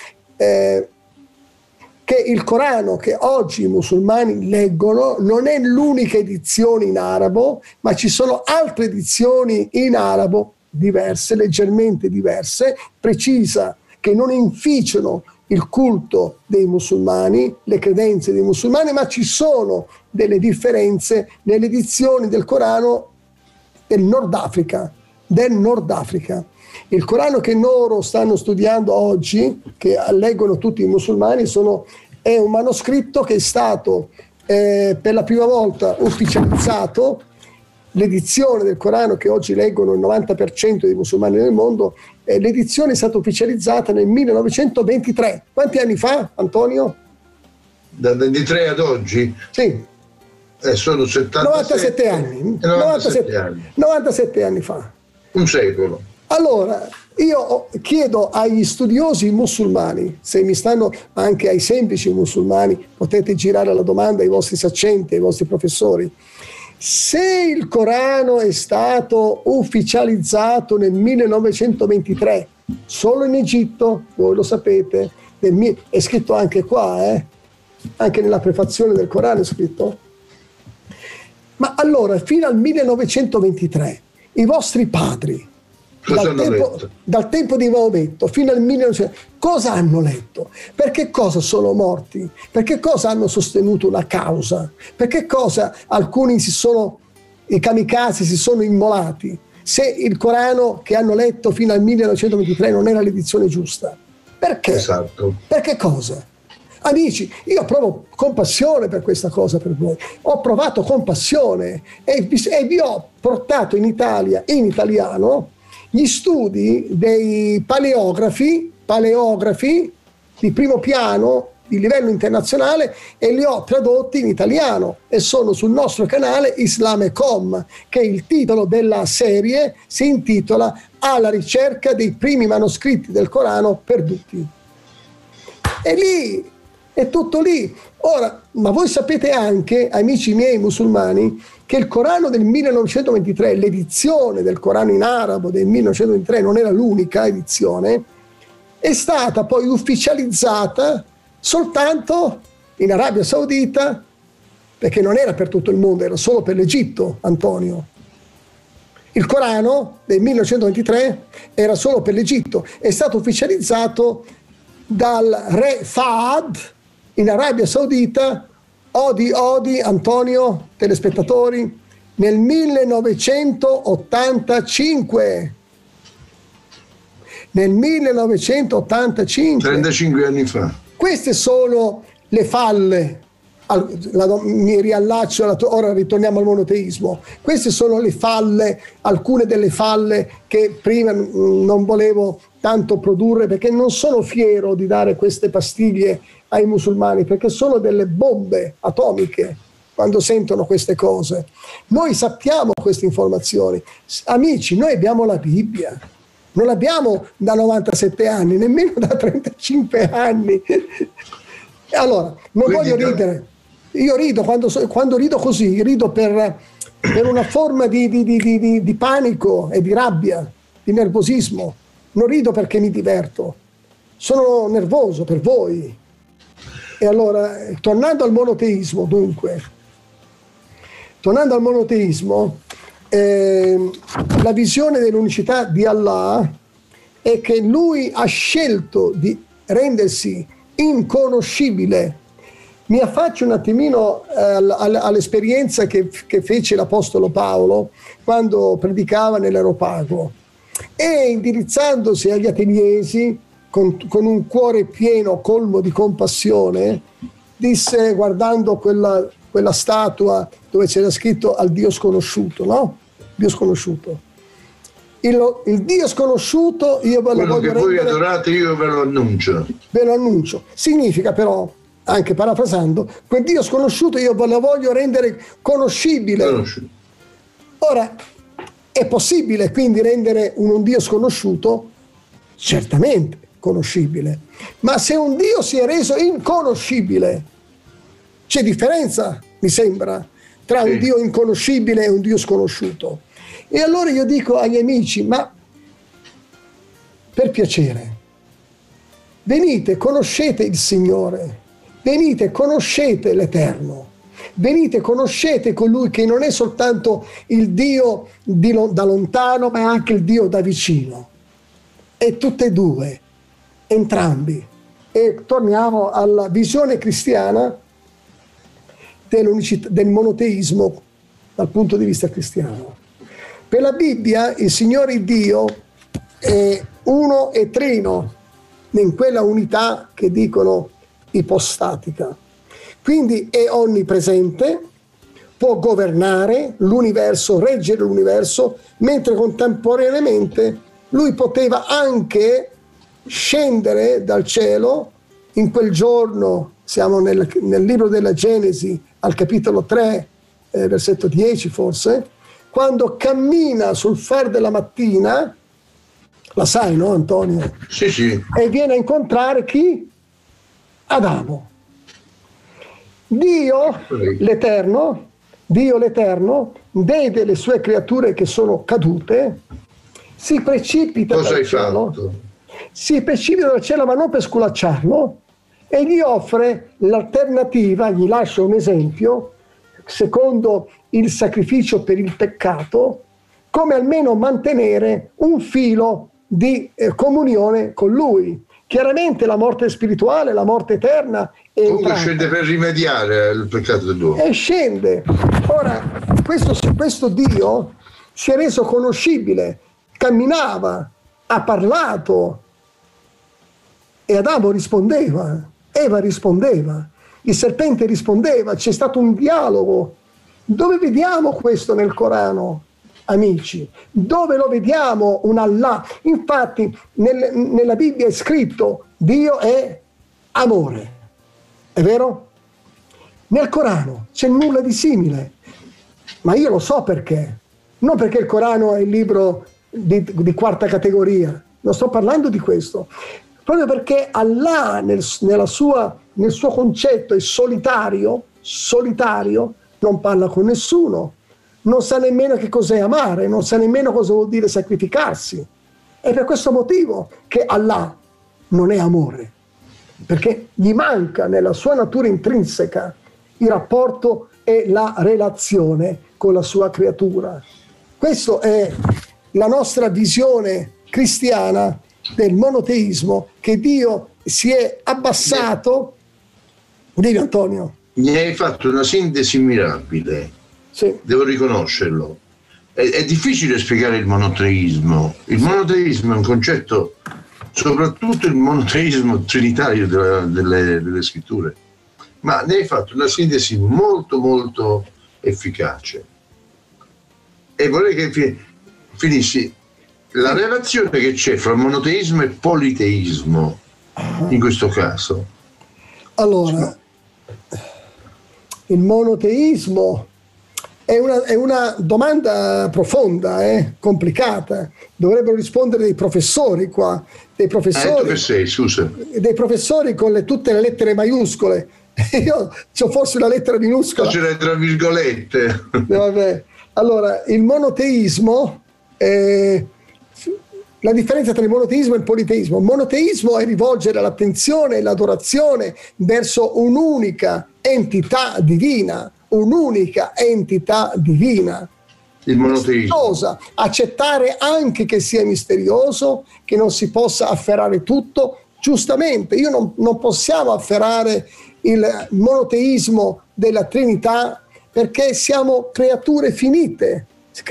che il Corano che oggi i musulmani leggono non è l'unica edizione in arabo, ma ci sono altre edizioni in arabo diverse, leggermente diverse, precisa, che non inficiano il culto dei musulmani, le credenze dei musulmani, ma ci sono delle differenze nelle edizioni del Corano del Nord Africa. Il Corano che loro stanno studiando oggi, che leggono tutti i musulmani, è un manoscritto che è stato per la prima volta ufficializzato. L'edizione del Corano che oggi leggono il 90% dei musulmani nel mondo, l'edizione è stata ufficializzata nel 1923. Quanti anni fa, Antonio? Dal 23 ad oggi? Sì. Sono 97 anni. 97 anni fa. Un secolo. Allora, io chiedo agli studiosi musulmani, se mi stanno, anche ai semplici musulmani, potete girare la domanda ai vostri saccenti, ai vostri professori, se il Corano è stato ufficializzato nel 1923, solo in Egitto, voi lo sapete, è scritto anche qua, anche nella prefazione del Corano è scritto. Ma allora, fino al 1923, i vostri padri, dal tempo di Maometto fino al 1900, cosa hanno letto? Per che cosa sono morti? Per che cosa hanno sostenuto una causa? Per che cosa alcuni i kamikaze si sono immolati? Se il Corano che hanno letto fino al 1923 non era l'edizione giusta. Perché? Esatto. Per che cosa? Amici, io provo compassione per questa cosa per voi. Ho provato compassione e vi ho portato in Italia, in italiano, gli studi dei paleografi di primo piano di livello internazionale e li ho tradotti in italiano e sono sul nostro canale Islam.com, che il titolo della serie si intitola Alla ricerca dei primi manoscritti del Corano perduti. E lì è tutto lì. Ora, ma voi sapete anche, amici miei musulmani, che il Corano del 1923, l'edizione del Corano in arabo del 1923, non era l'unica edizione, è stata poi ufficializzata soltanto in Arabia Saudita, perché non era per tutto il mondo, era solo per l'Egitto, Antonio. Il Corano del 1923 era solo per l'Egitto, è stato ufficializzato dal re Fahd in Arabia Saudita, Odi, Antonio, telespettatori, nel 1985. Nel 1985. 35 anni fa. Queste sono le falle. Mi riallaccio, ora ritorniamo al monoteismo. Queste sono le falle, alcune delle falle che prima non volevo tanto produrre, perché non sono fiero di dare queste pastiglie ai musulmani, perché sono delle bombe atomiche quando sentono queste cose. Noi sappiamo queste informazioni. Amici, noi abbiamo la Bibbia, non l'abbiamo da 97 anni, nemmeno da 35 anni. Allora, non voglio ridere. Io rido quando rido così, rido per una forma di panico e di rabbia, di nervosismo. Non rido perché mi diverto, sono nervoso per voi. E allora, tornando al monoteismo, la visione dell'unicità di Allah è che Lui ha scelto di rendersi inconoscibile. Mi affaccio un attimino all'esperienza che fece l'Apostolo Paolo quando predicava nell'Areopago, e indirizzandosi agli ateniesi con un cuore pieno, colmo di compassione, disse, guardando quella statua dove c'era scritto al Dio sconosciuto, no? Dio sconosciuto. Il Dio sconosciuto io ve lo voglio rendere... Quello che voi adorate io ve lo annuncio. Ve lo annuncio. Significa però, anche parafrasando, quel Dio sconosciuto io ve lo voglio rendere conoscibile. Ora, è possibile quindi rendere un Dio sconosciuto? Certamente. conoscibile. Ma se un Dio si è reso inconoscibile, c'è differenza, mi sembra, tra un Dio inconoscibile e un Dio sconosciuto. E allora io dico agli amici, ma per piacere, venite, conoscete il Signore, venite, conoscete l'Eterno, venite, conoscete colui che non è soltanto il Dio da lontano, ma è anche il Dio da vicino. E tutte e due, entrambi. E torniamo alla visione cristiana del monoteismo dal punto di vista cristiano. Per la Bibbia il Signore Dio è uno e trino, in quella unità che dicono ipostatica. Quindi è onnipresente, può governare l'universo, reggere l'universo, mentre contemporaneamente lui poteva anche scendere dal cielo. In quel giorno, siamo nel libro della Genesi, al capitolo 3, versetto 10 forse, quando cammina sul far della mattina, la sai, no Antonio? Sì, sì. E viene a incontrare chi? Adamo. Dio l'Eterno vede le sue creature che sono cadute, si precipita dal cielo, si precipita dal cielo, ma non per sculacciarlo, e gli offre l'alternativa, gli lascia un esempio, secondo il sacrificio per il peccato, come almeno mantenere un filo di comunione con lui. Chiaramente la morte spirituale, la morte eterna è comunque scende per rimediare al peccato dell'uomo. E scende. Ora, questo Dio si è reso conoscibile, camminava, ha parlato, e Adamo rispondeva, Eva rispondeva, il serpente rispondeva, c'è stato un dialogo. Dove vediamo questo nel Corano, amici? Dove lo vediamo un Allah? Infatti nella Bibbia è scritto Dio è amore, è vero? Nel Corano c'è nulla di simile, ma io lo so perché. Non perché il Corano è il libro di quarta categoria, non sto parlando di questo, proprio perché Allah nel suo concetto è solitario, non parla con nessuno, non sa nemmeno che cos'è amare, non sa nemmeno cosa vuol dire sacrificarsi. È per questo motivo che Allah non è amore, perché gli manca nella sua natura intrinseca il rapporto e la relazione con la sua creatura. Questa è la nostra visione cristiana del monoteismo, che Dio si è abbassato. Dimmi Antonio. Mi hai fatto una sintesi mirabile, sì. Devo riconoscerlo. È difficile spiegare il monoteismo. Il monoteismo è un concetto, soprattutto il monoteismo trinitario delle scritture, ma ne hai fatto una sintesi molto molto efficace. E vorrei che finissi la relazione che c'è fra monoteismo e politeismo in questo caso. Allora, il monoteismo è una domanda profonda, complicata. Dovrebbero rispondere dei professori qua, dei professori. Tu che sei, scusa? Dei professori con tutte le lettere maiuscole. Io ho forse una lettera minuscola. C'è tra virgolette. Vabbè. Allora, il monoteismo, la differenza tra il monoteismo e il politeismo. Il monoteismo è rivolgere l'attenzione e l'adorazione verso un'unica entità divina, Il monoteismo. Accettare anche che sia misterioso, che non si possa afferrare tutto. Giustamente, non possiamo afferrare il monoteismo della Trinità, perché siamo creature finite.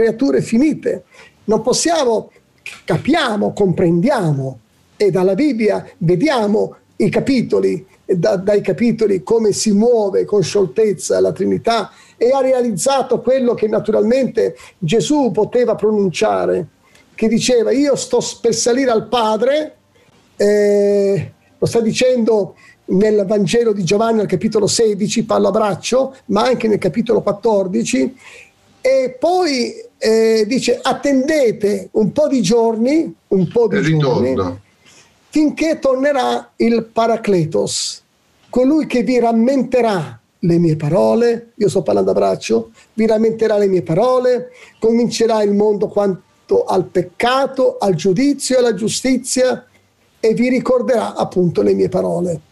Non possiamo, capiamo, comprendiamo, e dalla Bibbia vediamo i capitoli, dai capitoli come si muove con scioltezza la Trinità, e ha realizzato quello che naturalmente Gesù poteva pronunciare, che diceva: io sto per salire al Padre, lo sta dicendo nel Vangelo di Giovanni al capitolo 16, parla a braccio, ma anche nel capitolo 14, e poi dice: attendete un po' di giorni, finché tornerà il Paracletos, colui che vi rammenterà le mie parole, io sto parlando a braccio, vi rammenterà le mie parole, convincerà il mondo quanto al peccato, al giudizio e alla giustizia, e vi ricorderà appunto le mie parole.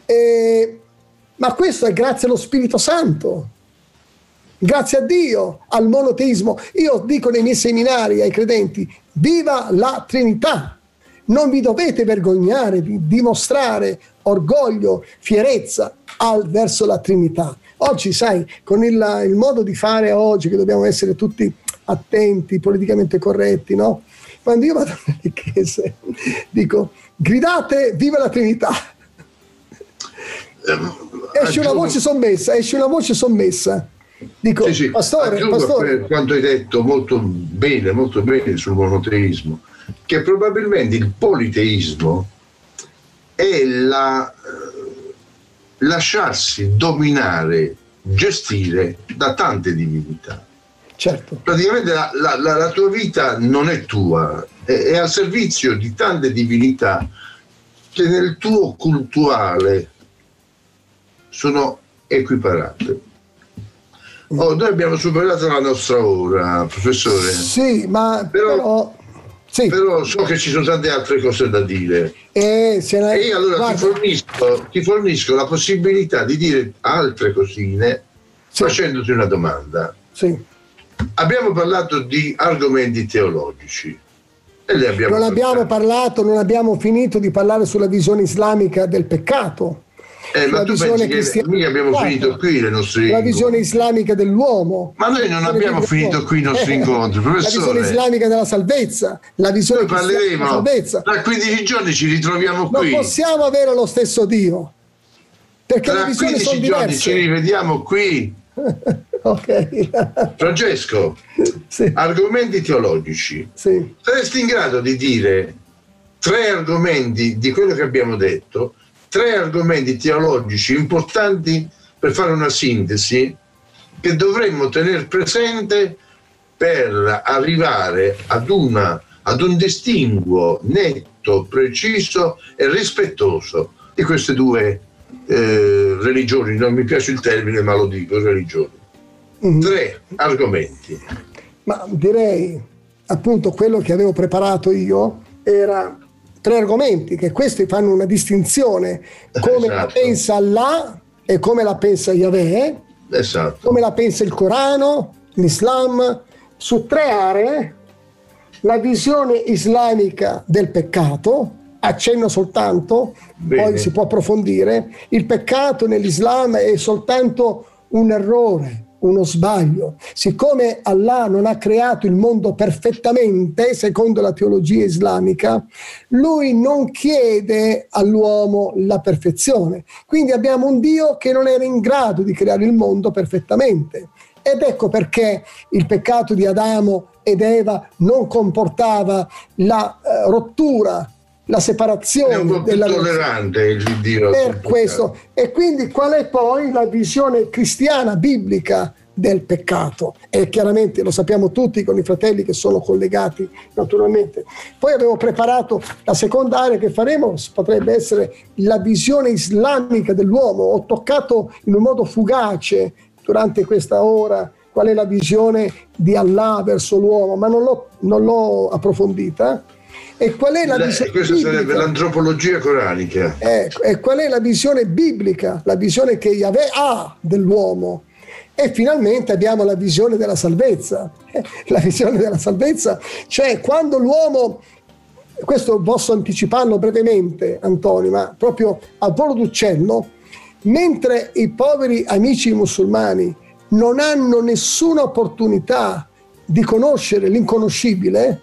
Ma questo è grazie allo Spirito Santo, grazie a Dio, al monoteismo. Io dico nei miei seminari ai credenti: viva la Trinità! Non vi dovete vergognare di dimostrare orgoglio, fierezza verso la Trinità. Oggi, sai, con il modo di fare oggi, che dobbiamo essere tutti attenti, politicamente corretti, no? Quando io vado nelle chiese, dico: gridate viva la Trinità! Esce una voce sommessa. Dico, sì. Pastore. Per quanto hai detto molto bene sul monoteismo, che probabilmente il politeismo è lasciarsi dominare, gestire da tante divinità. Certo. Praticamente la tua vita non è tua, è al servizio di tante divinità che nel tuo cultuale sono equiparate. Noi abbiamo superato la nostra ora, professore. Sì, ma però so che ci sono tante altre cose da dire. E allora ti fornisco la possibilità di dire altre cosine, facendoti una domanda. Sì. Abbiamo parlato di argomenti teologici. E non abbiamo finito di parlare sulla visione islamica del peccato. Ma tu pensi che noi abbiamo finito qui le nostre la visione islamica dell'uomo? Ma noi non abbiamo finito qui i nostri incontri, professore. La visione islamica della salvezza, la visione noi parleremo della salvezza. Tra 15 giorni ci ritroviamo qui. Non possiamo avere lo stesso Dio, perché tra le visioni sono diverse. 15 giorni ci rivediamo qui. Ok. Francesco, sì. Argomenti teologici. Sì. Saresti in grado di dire 3 argomenti di quello che abbiamo detto, 3 argomenti teologici importanti per fare una sintesi che dovremmo tenere presente per arrivare ad un distinguo netto, preciso e rispettoso di queste 2 religioni. Non mi piace il termine, ma lo dico, religioni. 3 argomenti. Ma direi, appunto, quello che avevo preparato io era 3 argomenti, che questi fanno una distinzione: come la pensa Allah e come la pensa Yahweh, come la pensa il Corano, l'Islam, su 3 aree. La visione islamica del peccato, accenno soltanto, poi si può approfondire. Il peccato nell'Islam è soltanto un errore, uno sbaglio. Siccome Allah non ha creato il mondo perfettamente, secondo la teologia islamica, lui non chiede all'uomo la perfezione. Quindi abbiamo un Dio che non era in grado di creare il mondo perfettamente. Ed ecco perché il peccato di Adamo ed Eva non comportava la rottura, la separazione. È un po' più tollerante il Dio. Per questo. E quindi qual è poi la visione cristiana, biblica del peccato? E chiaramente lo sappiamo tutti con i fratelli che sono collegati naturalmente. Poi avevo preparato la seconda area che faremo, potrebbe essere la visione islamica dell'uomo. Ho toccato in un modo fugace durante questa ora qual è la visione di Allah verso l'uomo, ma non l'ho approfondita. E qual è la visione questa biblica? Sarebbe l'antropologia coranica. E qual è la visione biblica, la visione che Yahweh ha dell'uomo? E finalmente abbiamo la visione della salvezza. La visione della salvezza, cioè quando l'uomo, questo posso anticiparlo brevemente, Antonio, ma proprio a volo d'uccello, mentre i poveri amici musulmani non hanno nessuna opportunità di conoscere l'inconoscibile,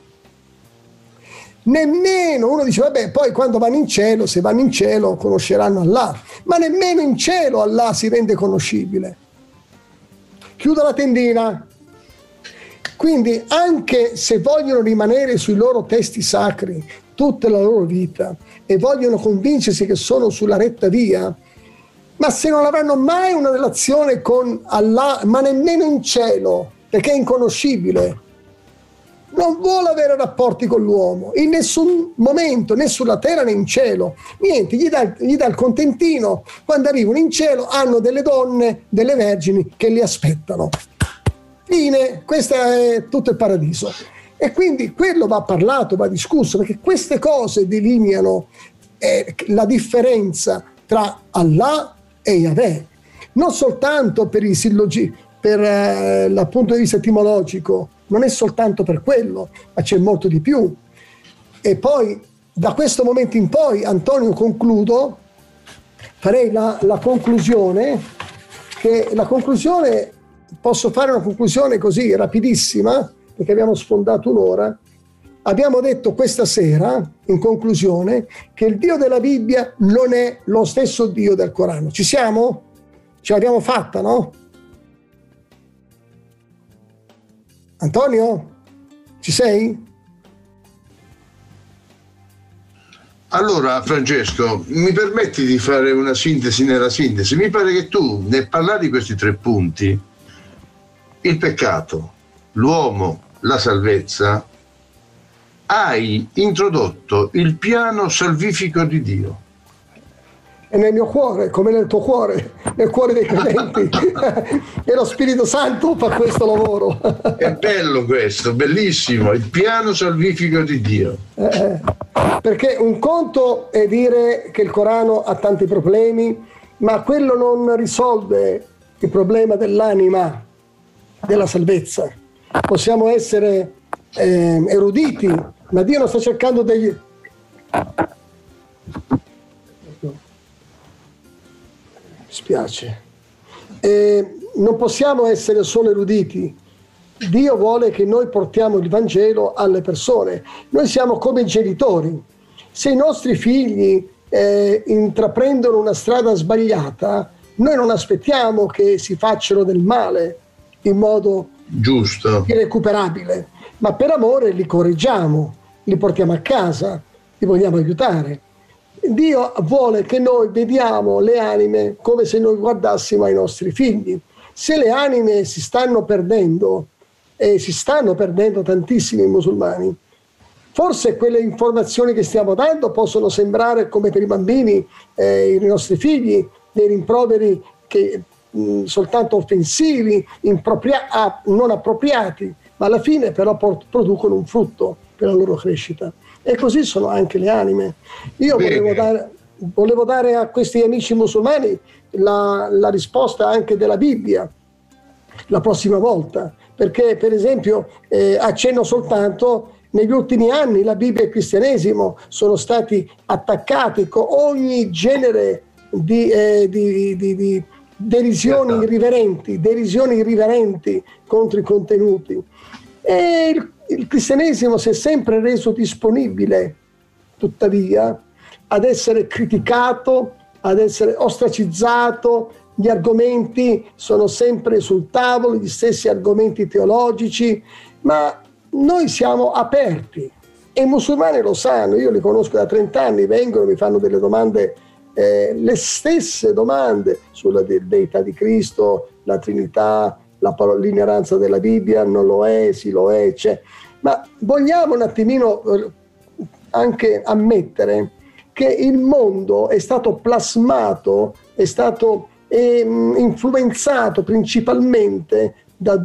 nemmeno uno dice vabbè, poi quando vanno in cielo, se vanno in cielo conosceranno Allah, ma nemmeno in cielo Allah si rende conoscibile. Chiudo la tendina. Quindi anche se vogliono rimanere sui loro testi sacri tutta la loro vita e vogliono convincersi che sono sulla retta via, ma se non avranno mai una relazione con Allah, ma nemmeno in cielo, perché è inconoscibile, non vuole avere rapporti con l'uomo in nessun momento, né sulla terra né in cielo, niente, gli dà il contentino. Quando arrivano in cielo hanno delle donne, delle vergini che li aspettano. Fine, questo è tutto il paradiso. E quindi quello va parlato, va discusso, perché queste cose delineano la differenza tra Allah e Yahweh, non soltanto per i sillogi, per dal punto di vista etimologico, non è soltanto per quello, ma c'è molto di più. E poi da questo momento in poi, Antonio, concludo, farei la conclusione, che la conclusione, posso fare una conclusione così rapidissima, perché abbiamo sfondato un'ora. Abbiamo detto questa sera, in conclusione, che il Dio della Bibbia non è lo stesso Dio del Corano. Ci siamo? Ce l'abbiamo fatta, no? Antonio? Ci sei? Allora, Francesco, mi permetti di fare una sintesi nella sintesi? Mi pare che tu, nel parlare di questi 3 punti, il peccato, l'uomo, la salvezza, hai introdotto il piano salvifico di Dio. È nel mio cuore, come nel tuo cuore, nel cuore dei credenti. E lo Spirito Santo fa questo lavoro. È bello questo, bellissimo, il piano salvifico di Dio. Perché un conto è dire che il Corano ha tanti problemi, ma quello non risolve il problema dell'anima, della salvezza. Possiamo essere eruditi, ma Dio non sta cercando degli... Spiace. Non possiamo essere solo eruditi. Dio vuole che noi portiamo il Vangelo alle persone. Noi siamo come genitori. Se i nostri figli intraprendono una strada sbagliata, noi non aspettiamo che si facciano del male in modo giusto, irrecuperabile, ma per amore li correggiamo, li portiamo a casa, li vogliamo aiutare. Dio vuole che noi vediamo le anime come se noi guardassimo ai nostri figli. Se le anime si stanno perdendo, e si stanno perdendo tantissimi musulmani, forse quelle informazioni che stiamo dando possono sembrare, come per i bambini, i nostri figli, dei rimproveri che, soltanto offensivi, non appropriati, ma alla fine però producono un frutto per la loro crescita. E così sono anche le anime. Io volevo dare a questi amici musulmani la risposta anche della Bibbia la prossima volta, perché per esempio accenno soltanto, negli ultimi anni la Bibbia e il cristianesimo sono stati attaccati con ogni genere di derisioni irriverenti contro i contenuti. E il cristianesimo si è sempre reso disponibile, tuttavia, ad essere criticato, ad essere ostracizzato. Gli argomenti sono sempre sul tavolo, gli stessi argomenti teologici, ma noi siamo aperti e i musulmani lo sanno. Io li conosco da 30 anni, vengono, mi fanno delle domande, le stesse domande sulla deità di Cristo, la Trinità, l'ineranza della Bibbia, non lo è, sì lo è, c'è. Ma vogliamo un attimino anche ammettere che il mondo è stato plasmato, è stato influenzato principalmente da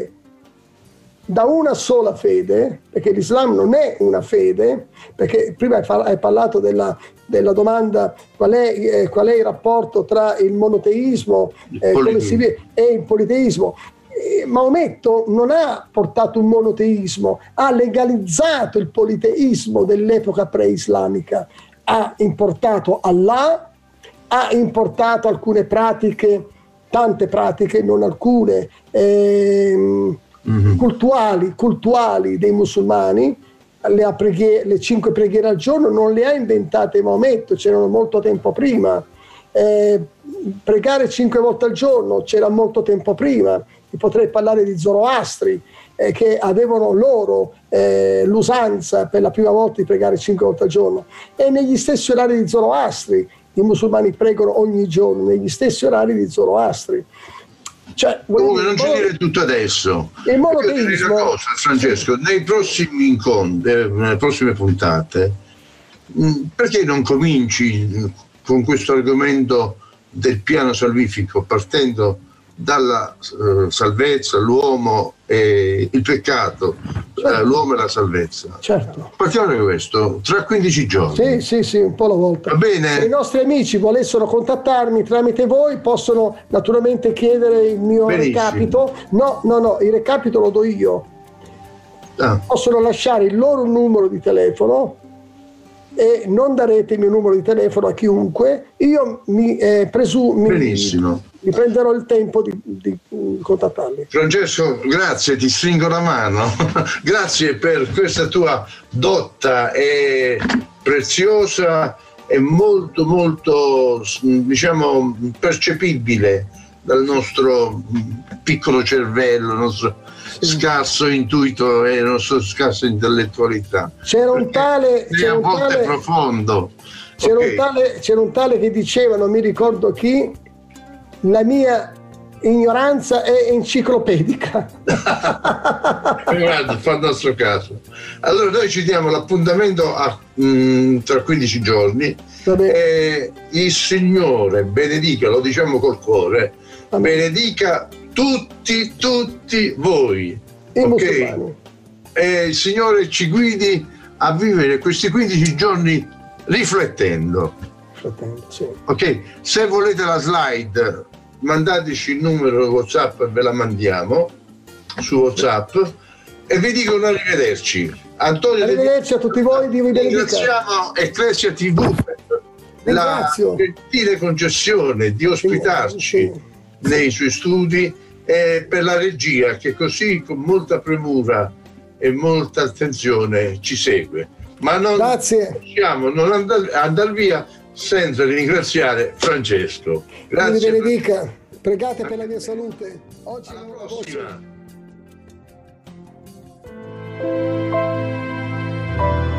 una sola fede, perché l'Islam non è una fede, perché prima hai parlato della domanda qual è il rapporto tra il monoteismo e il politeismo. Maometto non ha portato un monoteismo, ha legalizzato il politeismo dell'epoca pre-islamica, ha importato Allah, ha importato alcune pratiche, tante pratiche, non alcune, cultuali dei musulmani. Le 5 preghiere al giorno non le ha inventate Maometto, c'erano molto tempo prima. Pregare 5 volte al giorno c'era molto tempo prima. Potrei parlare di Zoroastri, che avevano loro l'usanza per la prima volta di pregare 5 volte al giorno, e negli stessi orari di Zoroastri i musulmani pregano ogni giorno, negli stessi orari di Zoroastri. Cioè, comunque non ci dire tutto adesso. Il una monoteismo, cosa, Francesco, nei prossimi incontri, nelle prossime puntate, perché non cominci con questo argomento del piano salvifico, partendo dalla salvezza, l'uomo e il peccato, certo, l'uomo e la salvezza. certo. Partiamo da questo, tra 15 giorni. Sì, un po' alla volta. Va bene? Se i nostri amici volessero contattarmi tramite voi, possono naturalmente chiedere il mio Benissimo. recapito. No, il recapito lo do io. Possono lasciare il loro numero di telefono e non darete il mio numero di telefono a chiunque. Io mi prenderò il tempo di contattarli. Francesco, grazie, ti stringo la mano. Grazie per questa tua dotta e preziosa e molto molto, diciamo, percepibile dal nostro piccolo cervello, il nostro scarso intuito e la nostra scarsa intellettualità. C'era un tale profondo. C'era un tale che diceva, non mi ricordo chi, la mia ignoranza è enciclopedica. Guarda, fa il nostro caso. Allora noi ci diamo l'appuntamento tra 15 giorni e il Signore benedica, lo diciamo col cuore, benedica tutti voi, ok? E il Signore ci guidi a vivere questi 15 giorni riflettendo, sì. ok? Se volete la slide, mandateci il numero WhatsApp e ve la mandiamo su WhatsApp e vi dicono arrivederci. Antonio, arrivederci a tutti voi, Dio vi benedica. Ringraziamo Ecclesia TV per la gentile concessione di ospitarci nei suoi studi e per la regia che così con molta premura e molta attenzione ci segue. Ma non possiamo non andare via senza ringraziare Francesco. Grazie. Dio vi benedica. Pregate per la mia salute. Oggi alla prossima.